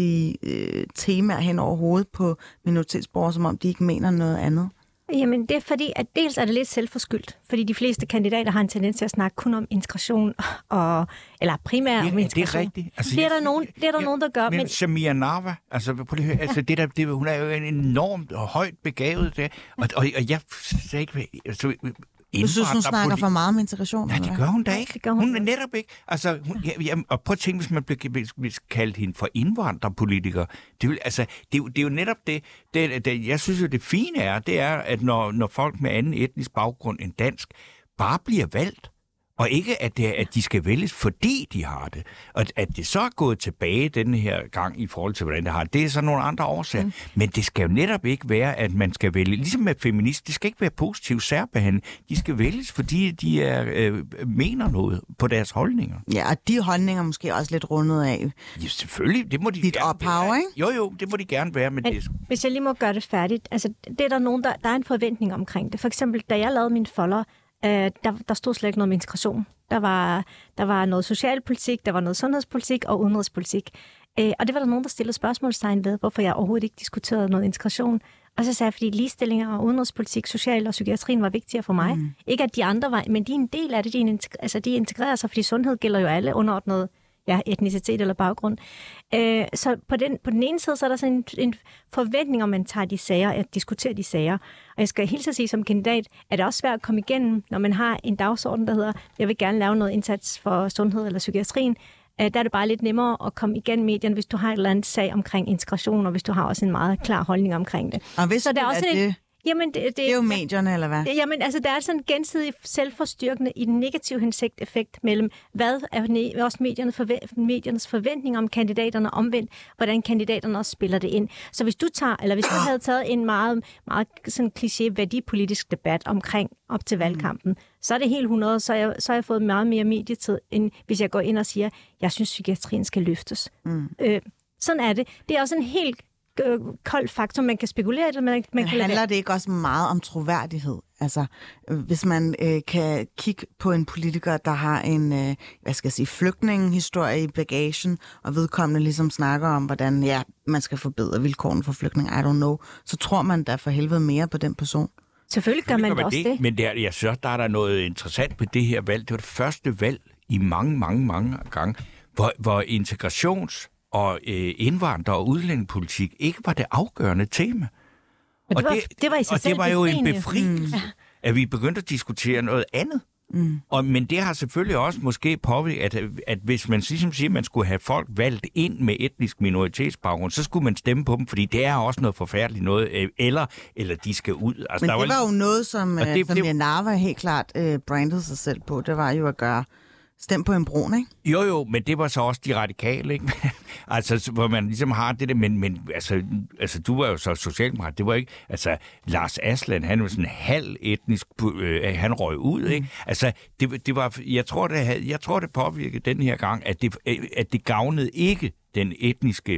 temaer hen over hovedet på minoritetsborgere, som om de ikke mener noget andet? Jamen, det er fordi, at dels er det lidt selvforskyldt, fordi de fleste kandidater har en tendens til at snakke kun om integration, eller primært om integration. Det er rigtigt. Altså, det er der nogen, der gør. Men Samia Narva, altså, prøv lige at høre, hun er jo en enormt højt begavet der, og jeg sagde ikke... Altså, du synes, hun snakker for meget om integration? Nej, det gør hun da ikke. Hun er netop ikke. Altså, og prøv at tænke, hvis man bliver kaldt hende for indvandrerpolitiker. Det er jo netop det. Jeg synes jo, det fine er, det er, at når folk med anden etnisk baggrund end dansk bare bliver valgt, Og ikke, at de skal vælges, fordi de har det. Og at det så er gået tilbage denne her gang i forhold til, hvordan det har det er så nogle andre årsager. Men det skal jo netop ikke være, at man skal vælge, ligesom med feminist, det skal ikke være positiv særbehandling. De skal vælges, fordi de mener noget på deres holdninger. Ja, og de holdninger måske også lidt rundet af. Ja, selvfølgelig. Det må de dit ophav, ikke? Jo, det må de gerne være. Men det... Hvis jeg lige må gøre det færdigt. Altså, det er der nogen, der er en forventning omkring det. For eksempel, da jeg lavede min folder, der stod slet ikke noget om integration. Der var noget socialpolitik, der var noget sundhedspolitik og udenrigspolitik. Og det var der nogen, der stillede spørgsmålstegn ved, hvorfor jeg overhovedet ikke diskuterede noget integration. Og så sagde jeg, fordi ligestilling og udenrigspolitik, social og psykiatrien var vigtigere for mig. Ikke at de andre var, men de er en del af det. De integrerer sig, fordi sundhed gælder jo alle underordnet etnicitet eller baggrund. Så på den ene side, så er der sådan en forventning om, man tager de sager, at diskutere de sager. Og jeg skal helt så sige, som kandidat, er det også svært at komme igennem, når man har en dagsorden, der hedder, jeg vil gerne lave noget indsats for sundhed eller psykiatrien. Der er det bare lidt nemmere at komme igennem medierne, hvis du har et eller andet sag omkring integration, og hvis du har også en meget klar holdning omkring det. Og hvis så der er også det... Jamen, det er jo medierne, eller hvad? Jamen, altså, der er sådan en gensidig selvforstyrkende i den negative effekt mellem, hvad er også mediernes forventninger om kandidaterne omvendt, hvordan kandidaterne også spiller det ind. Så hvis du havde taget en meget, meget sådan kliché værdipolitisk debat omkring op til valgkampen, så er det helt 100, så har jeg fået meget mere medietid, end hvis jeg går ind og siger, jeg synes, psykiatrien skal løftes. Sådan er det. Det er også en helt koldt faktum, man kan spekulere i det, men handler det ikke også meget om troværdighed? Altså, hvis man kan kigge på en politiker, der har en, flygtningehistorie i bagagen, og vedkommende ligesom snakker om, hvordan man skal forbedre vilkårene for flygtninge, I don't know, så tror man da for helvede mere på den person. Selvfølgelig gør man også det. Men jeg synes, der er der noget interessant ved det her valg. Det var det første valg i mange gange, hvor integrations- og indvandrer- og udlændingepolitik ikke var det afgørende tema. Og det var i sig selv det var jo en befrielse, at vi begyndte at diskutere noget andet. Men det har selvfølgelig også måske påvirket, at hvis man siger, at man skulle have folk valgt ind med etnisk minoritetsbaggrund, så skulle man stemme på dem, fordi det er også noget forfærdeligt noget, eller de skal ud. Altså, men det var jo noget, som Janava helt klart brandede sig selv på. Det var jo at gøre stem på en brun, ikke? Jo, men det var så også de radikale, ikke? Altså, hvor man ligesom har det der, men altså, du var jo så socialdemokrat, det var ikke, altså, Lars Aslan, han var sådan halv etnisk, han røg ud, ikke? Altså, det var, jeg tror, det påvirkede den her gang, at det gavnede ikke den etniske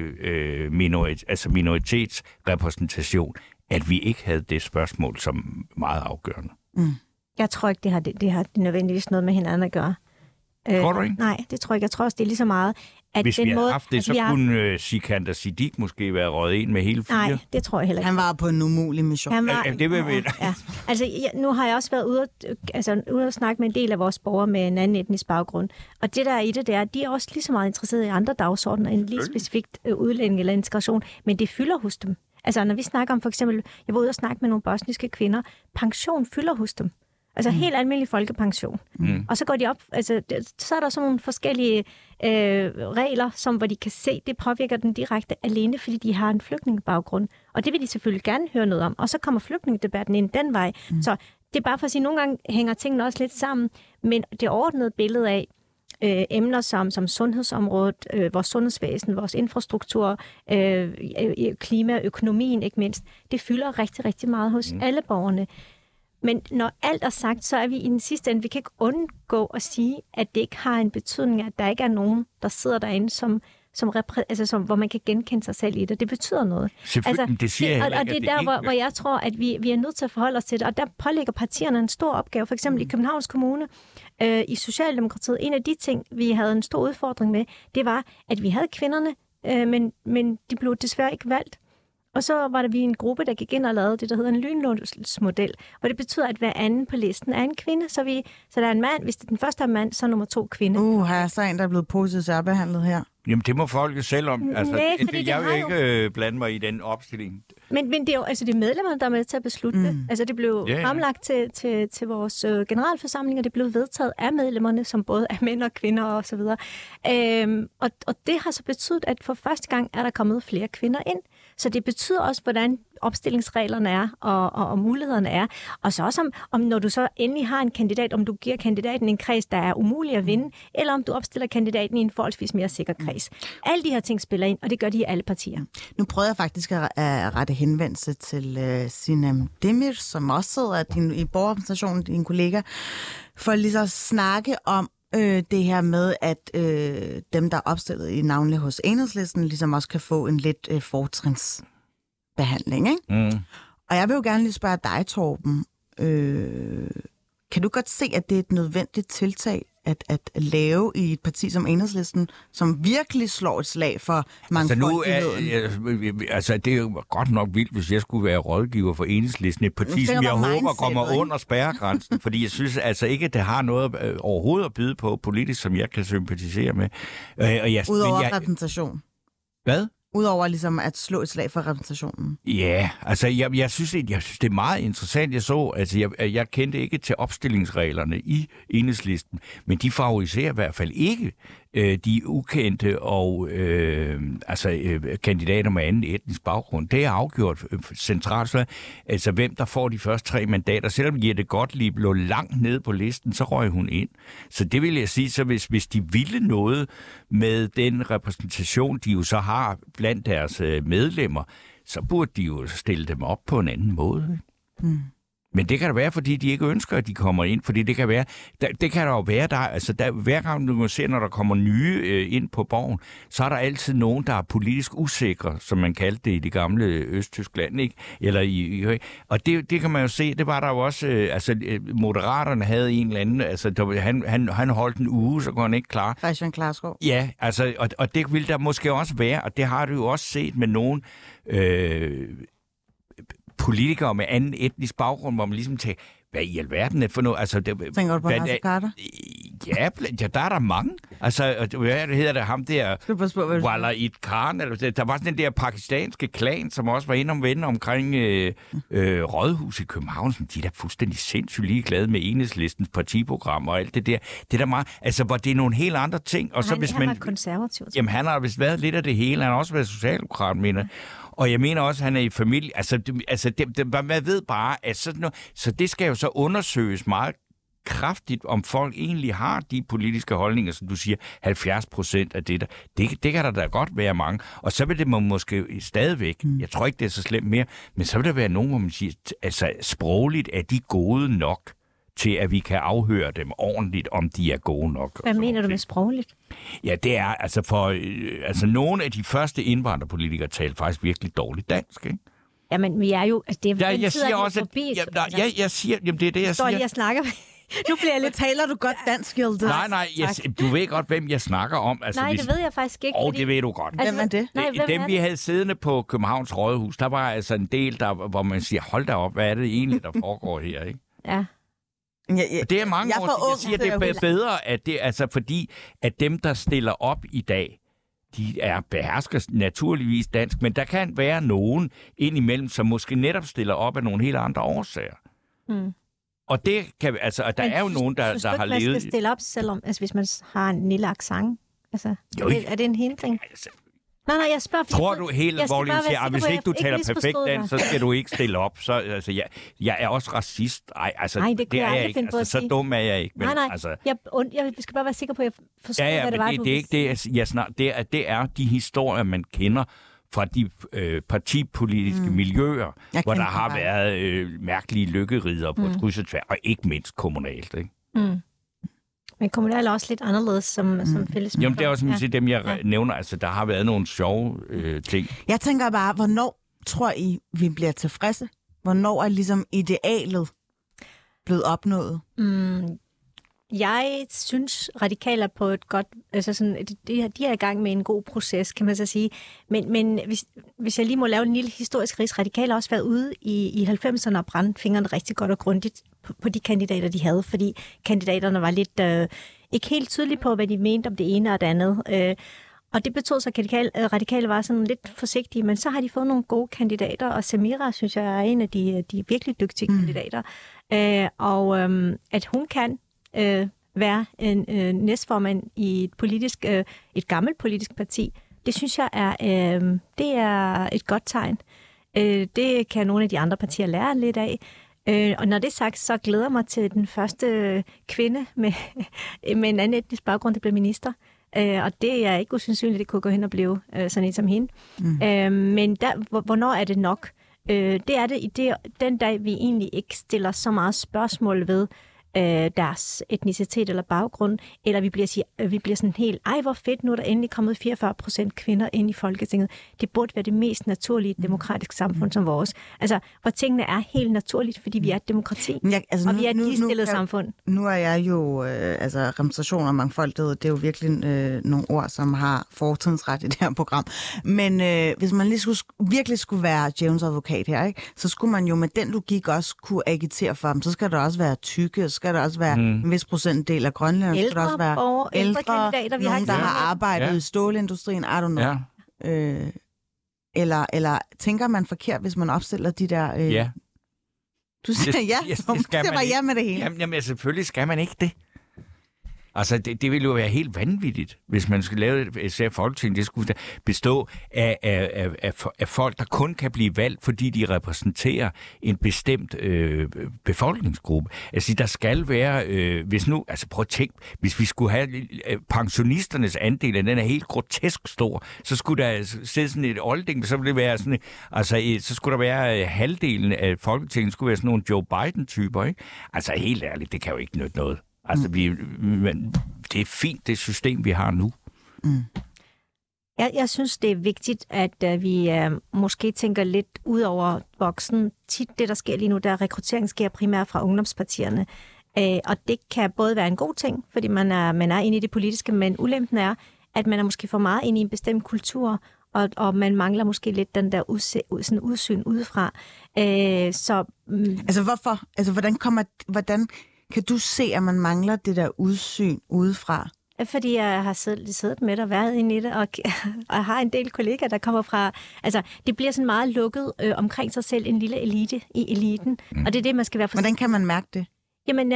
minoritetsrepræsentation, at vi ikke havde det spørgsmål som meget afgørende. Jeg tror ikke, det har nødvendigvis noget med hinanden at gøre. Tror du ikke? Nej, det tror jeg ikke. Jeg tror også, det er lige så meget, at hvis vi havde haft det, så kunne Sikander Siddiq måske være røget ind med hele 4. Nej, det tror jeg heller ikke. Han var på en umulig mission. Det vil vi. Ja. Altså, nu har jeg også været ude og snakke med en del af vores borgere med en anden etnisk baggrund. Og det der er i det, at de er også lige så meget interesserede i andre dagsordner end lige specifikt udlænding eller integration. Men det fylder hos dem. Altså, når vi snakker om for eksempel, jeg var ude og snakke med nogle bosniske kvinder, pension fylder hos dem. Altså helt almindelig folkepension. Og så går de op, altså så er der sådan nogle forskellige regler, hvor de kan se, det påvirker den direkte alene, fordi de har en flygtningebaggrund. Og det vil de selvfølgelig gerne høre noget om. Og så kommer flygtningedebatten ind den vej. Så det er bare for at sige, at nogle gange hænger tingene også lidt sammen, men det overordnede billede af emner som sundhedsområdet, vores sundhedsvæsen, vores infrastruktur, klima, økonomien ikke mindst, det fylder rigtig, rigtig meget hos alle borgerne. Men når alt er sagt, så er vi i den sidste ende, vi kan ikke undgå at sige, at det ikke har en betydning, at der ikke er nogen, der sidder derinde, hvor man kan genkende sig selv i det. Det betyder noget. Selvfølgelig, det siger jeg og det er der, hvor jeg tror, at vi er nødt til at forholde os til det. Og der pålægger partierne en stor opgave. For eksempel i Københavns Kommune, i Socialdemokratiet. En af de ting, vi havde en stor udfordring med, det var, at vi havde kvinderne, men de blev desværre ikke valgt. Og så var vi en gruppe, der gik ind og lavede det, der hedder en lynlåsmodel. Og det betyder, at hver anden på listen er en kvinde. Så der er en mand. Hvis det den første er mand, så er nummer 2 kvinde. Her er så en, der er blevet positivt særbehandlet her. Jamen, det må folk selv om. Altså, nej, jeg vil ikke blande mig i den opstilling. Men det er jo det er medlemmerne, der er med til at beslutte det. Altså, det blev fremlagt til vores generalforsamling, og det blev vedtaget af medlemmerne, som både er mænd og kvinder og så videre. Og det har så betydet, at for første gang er der kommet flere kvinder ind. Så det betyder også, hvordan opstillingsreglerne er, og mulighederne er. Og så også om når du så endelig har en kandidat, om du giver kandidaten en kreds, der er umulig at vinde, eller om du opstiller kandidaten i en forholdsvis mere sikker kreds. Alle de her ting spiller ind, og det gør de i alle partier. Nu prøvede jeg faktisk at rette henvendelse til Sinem Demir, som også sidder i borgerrepræsentationen, din kollega, for lige så at snakke om det her med, at dem, der er opstillet i navnlig hos Enhedslisten, ligesom også kan få en lidt fortrinsbehandling, ikke? Mm. Og jeg vil jo gerne lige spørge dig, Torben. Kan du godt se, at det er et nødvendigt tiltag at lave i et parti som Enhedslisten, som virkelig slår et slag for mangfoldigheden? Det er jo godt nok vildt, hvis jeg skulle være rådgiver for Enhedslisten, et parti, som jeg håber kommer under spærregrænsen, fordi jeg synes altså ikke, at det har noget overhovedet at byde på politisk, som jeg kan sympatisere med. Udover repræsentation? Hvad? Udover ligesom at slå et slag for repræsentationen? Ja, altså jeg synes, det er meget interessant. Jeg kendte ikke til opstillingsreglerne i Enhedslisten, men de favoriserer i hvert fald ikke de ukendte og kandidater med anden etnisk baggrund. Det er afgjort centralt. Altså hvem der får de første 3 mandater. Selvom Jette Gottlieb lå langt nede på listen, så røg hun ind. Så det vil jeg sige, så hvis de ville noget med den repræsentation, de jo så har blandt deres medlemmer, så burde de jo stille dem op på en anden måde. Mm. Men det kan da være, fordi de ikke ønsker, at de kommer ind. Fordi det kan være, det kan der jo være, hver gang du ser, når der kommer nye ind på borgen, så er der altid nogen, der er politisk usikre, som man kaldte det i det gamle Østtyskland, ikke? Eller og det kan man jo se, det var der jo også, Moderaterne havde en eller anden, han holdt en uge, så går han ikke klar. Christian Klarskov. Ja, og det vil der måske også være, og det har du jo også set med nogen politikere med anden etnisk baggrund, hvor man ligesom tænker, hvad i alverden er for noget? Tænker du på Naser Khader? Ja, der er der mange. Hvad hedder det? Ham der, Waleed Khan, der var sådan den der pakistanske klan, som også var inde om vende omkring Rådhus i København, som de er fuldstændig sindssygt ligeglade med Enhedslistens partiprogram og alt det der. Det er der meget, hvor det er nogle helt andre ting. Og så, han var konservativ. Jamen, han har vist været lidt af det hele. Han har også været socialdemokrat, mener jeg. Og jeg mener også, at han er i familie. Man ved bare, at sådan noget, så det skal jo så undersøges meget kraftigt, om folk egentlig har de politiske holdninger, som du siger, 70% af det der. Det kan der da godt være mange. Og så vil det måske stadigvæk, jeg tror ikke, det er så slemt mere, men så vil der være nogen, hvor man siger, sprogligt er de gode nok til, at vi kan afhøre dem ordentligt, om de er gode nok. Hvad mener du med sprogligt? Ja, det er nogle af de første indvandrerpolitikere talte faktisk virkelig dårligt dansk, ikke? Jamen, vi er jo... det er jeg siger også, jeg siger... Jamen, det er det, jeg siger. Jeg snakker... Nu bliver jeg lidt... Taler du godt dansk, Hjalte? Nej, du ved godt, hvem jeg snakker om. Nej, det ved jeg faktisk ikke. Det ved du godt. Hvem er det? Dem, vi havde siddende på Københavns Rådhus, der var en del, hvor man siger, hold da op, hvad er det egentlig, der foregår her, ikke? Ja. Det er mange år, jeg siger, det er bedre, at det, fordi at dem, der stiller op i dag, de behersker naturligvis dansk, men der kan være nogen indimellem, som måske netop stiller op af nogle helt andre årsager. Mm. Og det kan, der er jo nogen, der har levet... Man skal stille op, selvom, hvis man har en lille accent. Er det en hindring? Nej, jeg spørger... Tror du helt alvorligt, at hvis ikke du taler perfekt dansk, så skal du ikke stille op? Så, jeg er også racist. Nej, det er jeg ikke. Så dum er jeg ikke. Men, jeg skal bare være sikker på, at jeg forstår, hvad det var, det er de historier, man kender fra de partipolitiske miljøer, hvor der har været mærkelige lykkerider på kryds og tvær, og ikke mindst kommunalt, ikke? Mm. Men kommunalt er også lidt anderledes som fælles. Jamen, det er også dem, jeg nævner. Der har været nogle sjove ting. Jeg tænker bare, hvornår tror I, vi bliver tilfredse? Hvornår er ligesom idealet blevet opnået? Jeg synes, Radikale er på et godt... de er i gang med en god proces, kan man så sige. Men hvis jeg lige må lave en lille historisk ris, Radikale har også været ude i 90'erne og brændt fingrene rigtig godt og grundigt på de kandidater, de havde, fordi kandidaterne var lidt ikke helt tydelige på, hvad de mente om det ene og det andet. Og det betød så, at Radikale var sådan lidt forsigtige, men så har de fået nogle gode kandidater, og Samira, synes jeg, er en af de virkelig dygtige kandidater. At hun kan være en næstformand i et gammelt politisk parti, Det synes jeg det er et godt tegn. Det kan nogle af de andre partier lære lidt af. Og når det er sagt, så glæder jeg mig til den første kvinde med en anden etnisk baggrund, der bliver minister. Og det er ikke usandsynligt, at det kunne gå hen og blive sådan en som hende. Men hvornår er det nok? Det er det den dag, vi egentlig ikke stiller så meget spørgsmål ved deres etnicitet eller baggrund, eller vi bliver sådan helt, hvor fedt, nu er der endelig kommet 44% kvinder ind i Folketinget. Det burde være det mest naturlige demokratiske samfund som vores. Altså, hvor tingene er helt naturligt, fordi vi er et demokrati, og vi er et ligestillet samfund. Nu er jeg jo, repræsentation og mangfoldighed, det er jo virkelig nogle ord, som har fortrinsret i det her program. Men hvis man virkelig skulle være djævelens advokat her, ikke, så skulle man jo med den logik også kunne agitere for dem. Så skal der også være tykke, skal der også være en vis procentdel af Grønland, skal der også være ældre kandidater, nogen, der har arbejdet i stålindustrien, I don't know. Ja. Eller tænker man forkert, hvis man opstiller de der... Du siger det skal man ikke. Med det hele. Jamen, selvfølgelig skal man ikke det. Altså, det ville jo være helt vanvittigt, hvis man skulle lave et folketing. Det skulle bestå af folk, der kun kan blive valgt, fordi de repræsenterer en bestemt befolkningsgruppe. Altså, der skal være, prøv at tænke, hvis vi skulle have pensionisternes andel, den er helt grotesk stor, så skulle der sidde sådan et olding, så ville det være sådan, så skulle der være halvdelen af Folketinget, skulle være sådan nogle Joe Biden-typer, ikke? Altså, helt ærligt, det kan jo ikke nytte noget. Altså, det er fint, det system, vi har nu. Jeg synes, det er vigtigt, at vi måske tænker lidt ud over boksen. Tit det, der sker lige nu, der rekruttering sker primært fra ungdomspartierne. Og det kan både være en god ting, fordi man er inde i det politiske, men ulempen er, at man er måske for meget inde i en bestemt kultur, og man mangler måske lidt den der udsyn udefra. Altså, hvorfor? Altså, hvordan kan du se, at man mangler det der udsyn udefra? Fordi jeg har siddet med og været inde i det, og jeg har en del kollegaer, der kommer fra... Altså, det bliver sådan meget lukket omkring sig selv, en lille elite i eliten. Og det er det, man skal være forsigtig. Hvordan kan man mærke det? Jamen,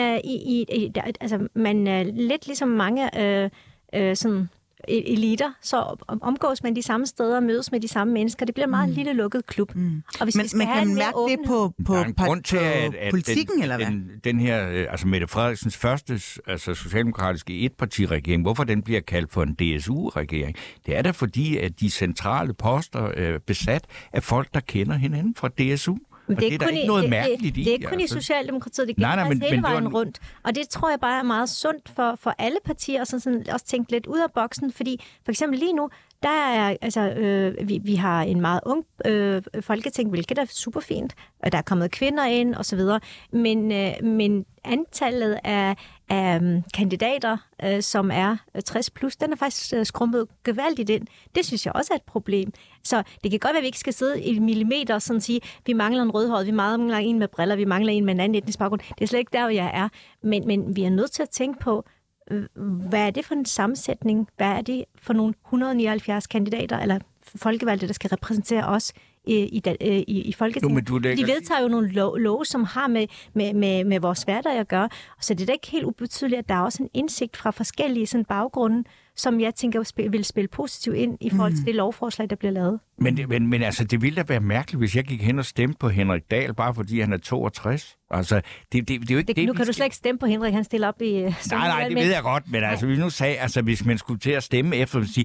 man lidt ligesom mange sådan... eliter, så omgås man de samme steder, mødes med de samme mennesker. Det bliver en meget lille lukket klub. Og hvis men kan man mærke det på politikken, eller hvad? Den her, altså Mette Frederiksens første, altså socialdemokratiske etpartiregering, hvorfor den bliver kaldt for en DSU-regering? Det er da fordi, at de centrale poster er besat af folk, der kender hinanden fra DSU. Det er der ikke noget mærkeligt i. Det er ikke kun i Socialdemokratiet, det gælder hele vejen rundt. Og det tror jeg bare er meget sundt for alle partier, og sådan også tænke lidt ud af boksen, fordi for eksempel lige nu, der er, vi har en meget ung folketing, hvilket er super fint, og der er kommet kvinder ind og så videre, men antallet af kandidater, som er 60 plus, den er faktisk skrumpet gevaldigt ind. Det synes jeg også er et problem. Så det kan godt være, at vi ikke skal sidde i millimeter og sådan sige, vi mangler en rødhåret, vi mangler en med briller, vi mangler en med en anden etnisk baggrund. Det er slet ikke der, hvor jeg er. Men vi er nødt til at tænke på, hvad er det for en sammensætning? Hvad er det for nogle 179 kandidater eller folkevalgte, der skal repræsentere os i Folketinget? De vedtager jo nogle love, som har med vores hverdag at gøre. Så det er da ikke helt ubetydeligt, at der er også en indsigt fra forskellige sådan, baggrunde, som jeg tænker vil spille positivt ind i forhold til det lovforslag, der bliver lavet. Men altså, det ville da være mærkeligt, hvis jeg gik hen og stemte på Henrik Dahl, bare fordi han er 62. Altså, det er jo ikke det. Nu kan du slet ikke stemme på Henrik, han stiller op i... Nej, det ved jeg godt, men altså, hvis nu sagde, altså, hvis man skulle til at stemme efter, sige,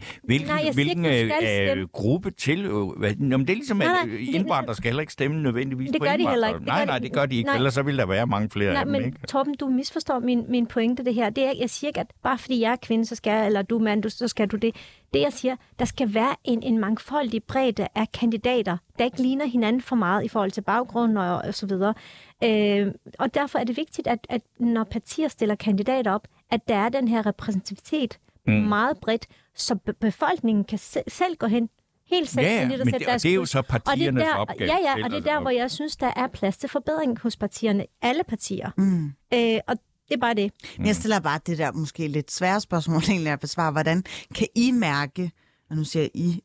hvilken gruppe til... det er ligesom, at indvandrere skal heller ikke stemme nødvendigvis på indvandrere. Det gør de heller ikke. Nej, det gør de ikke, ellers så vil der være mange flere af dem, ikke? Torben, du misforstår min pointe, det her. Det er, jeg siger ikke, at bare fordi jeg er kvinde, så skal jeg, eller du er mand, så skal du det. Det, jeg siger, der skal være en mangfoldig bredde af kandidater, der ikke ligner hinanden for meget i forhold til baggrund og så videre. Og derfor er det vigtigt, at når partier stiller kandidater op, at der er den her repræsentativitet meget bredt, så befolkningen kan selv gå hen helt selvstændigt og sætte deres det er jo så partiernes opgave. Ja, og det er der, hvor jeg synes, der er plads til forbedring hos partierne. Alle partier. Og det er bare det. Jeg stiller bare det der måske lidt svære spørgsmål egentlig at besvare. Hvordan kan I mærke, og nu siger I,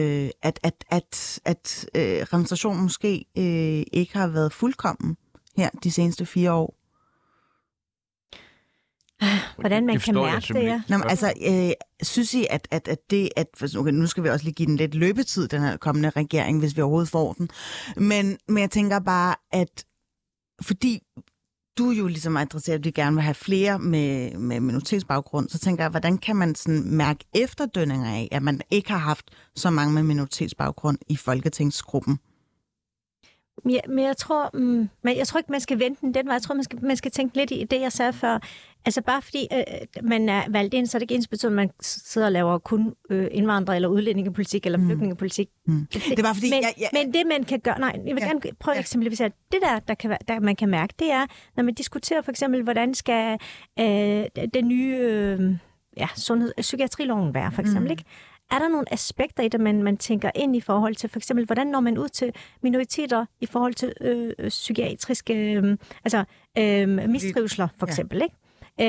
at repræsentationen måske ikke har været fuldkommen her de seneste 4 år? Hvordan man kan mærke det, ja. Nå, men, altså, synes I, at det, at okay, nu skal vi også lige give den lidt løbetid, den her kommende regering, hvis vi overhovedet får den. Men jeg tænker bare, at fordi du jo ligesom adresserer, at du gerne vil have flere med minoritetsbaggrund, så tænker jeg, hvordan kan man sådan mærke efterdønninger af, at man ikke har haft så mange med minoritetsbaggrund i folketingsgruppen? Men jeg tror ikke, man skal vente den vej. Jeg tror, man skal tænke lidt i det, jeg sagde før. Altså bare fordi man er valgt ind, så er det ikke ensbetydende, at man sidder og laver kun indvandrer- eller udlændingepolitik eller flygtningepolitik. Det er bare fordi... Men det, man kan gøre... Nej, jeg vil gerne prøve at eksemplificere. Det der man kan mærke, det er, når man diskuterer for eksempel, hvordan skal den nye psykiatriloven være, for eksempel, ikke? Er der nogle aspekter i det, man tænker ind i forhold til, for eksempel, hvordan når man ud til minoriteter i forhold til psykiatriske mistrivsler, for eksempel, ikke?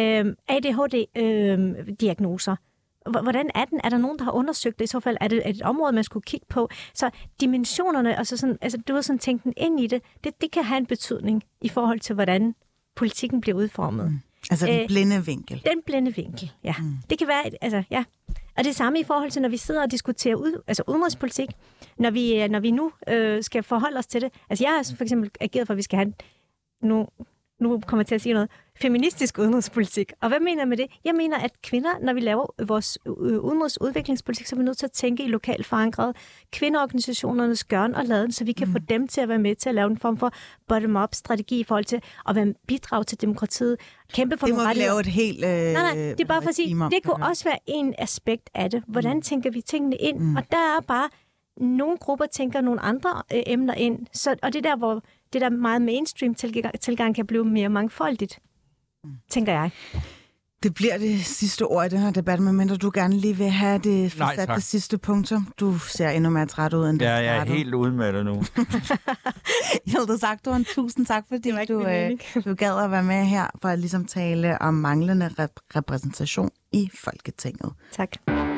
ADHD-diagnoser. Hvordan er den? Er der nogen, der har undersøgt det? I så fald er det et område, man skulle kigge på. Så dimensionerne, du har sådan tænkt den ind i det, det kan have en betydning i forhold til, hvordan politikken bliver udformet. Altså den blinde vinkel. Den blinde vinkel, ja. Det kan være, Og det samme i forhold til, når vi sidder og diskuterer udenrigspolitik, når vi nu skal forholde os til det. Altså jeg har for eksempel ageret for, at vi skal have nu kommer jeg til at sige noget, feministisk udenrigspolitik. Og hvad mener jeg med det? Jeg mener, at kvinder, når vi laver vores udenrigsudviklingspolitik, så er vi nødt til at tænke i lokalt forankret kvindeorganisationernes gøren og laden, så vi kan få dem til at være med til at lave en form for bottom-up-strategi i forhold til at bidrage til demokratiet, kæmpe for nogle rettigheder. Det må vi lave et helt... Nej, det er bare for at sige, det kunne også være en aspekt af det. Hvordan tænker vi tingene ind? Og der er bare nogle grupper tænker nogle andre emner ind, og det der, hvor det der meget mainstream tilgang kan blive mere mangfoldigt, tænker jeg. Det bliver det sidste ord i den her debat, medmindre du gerne lige vil have det forsatte sidste punktum. Du ser endnu mere træt ud, end det. Ja, jeg er helt udmattet nu. Hjalte Sackdoorn, tusind tak, fordi du gad at være med her for at ligesom tale om manglende repræsentation i Folketinget. Tak.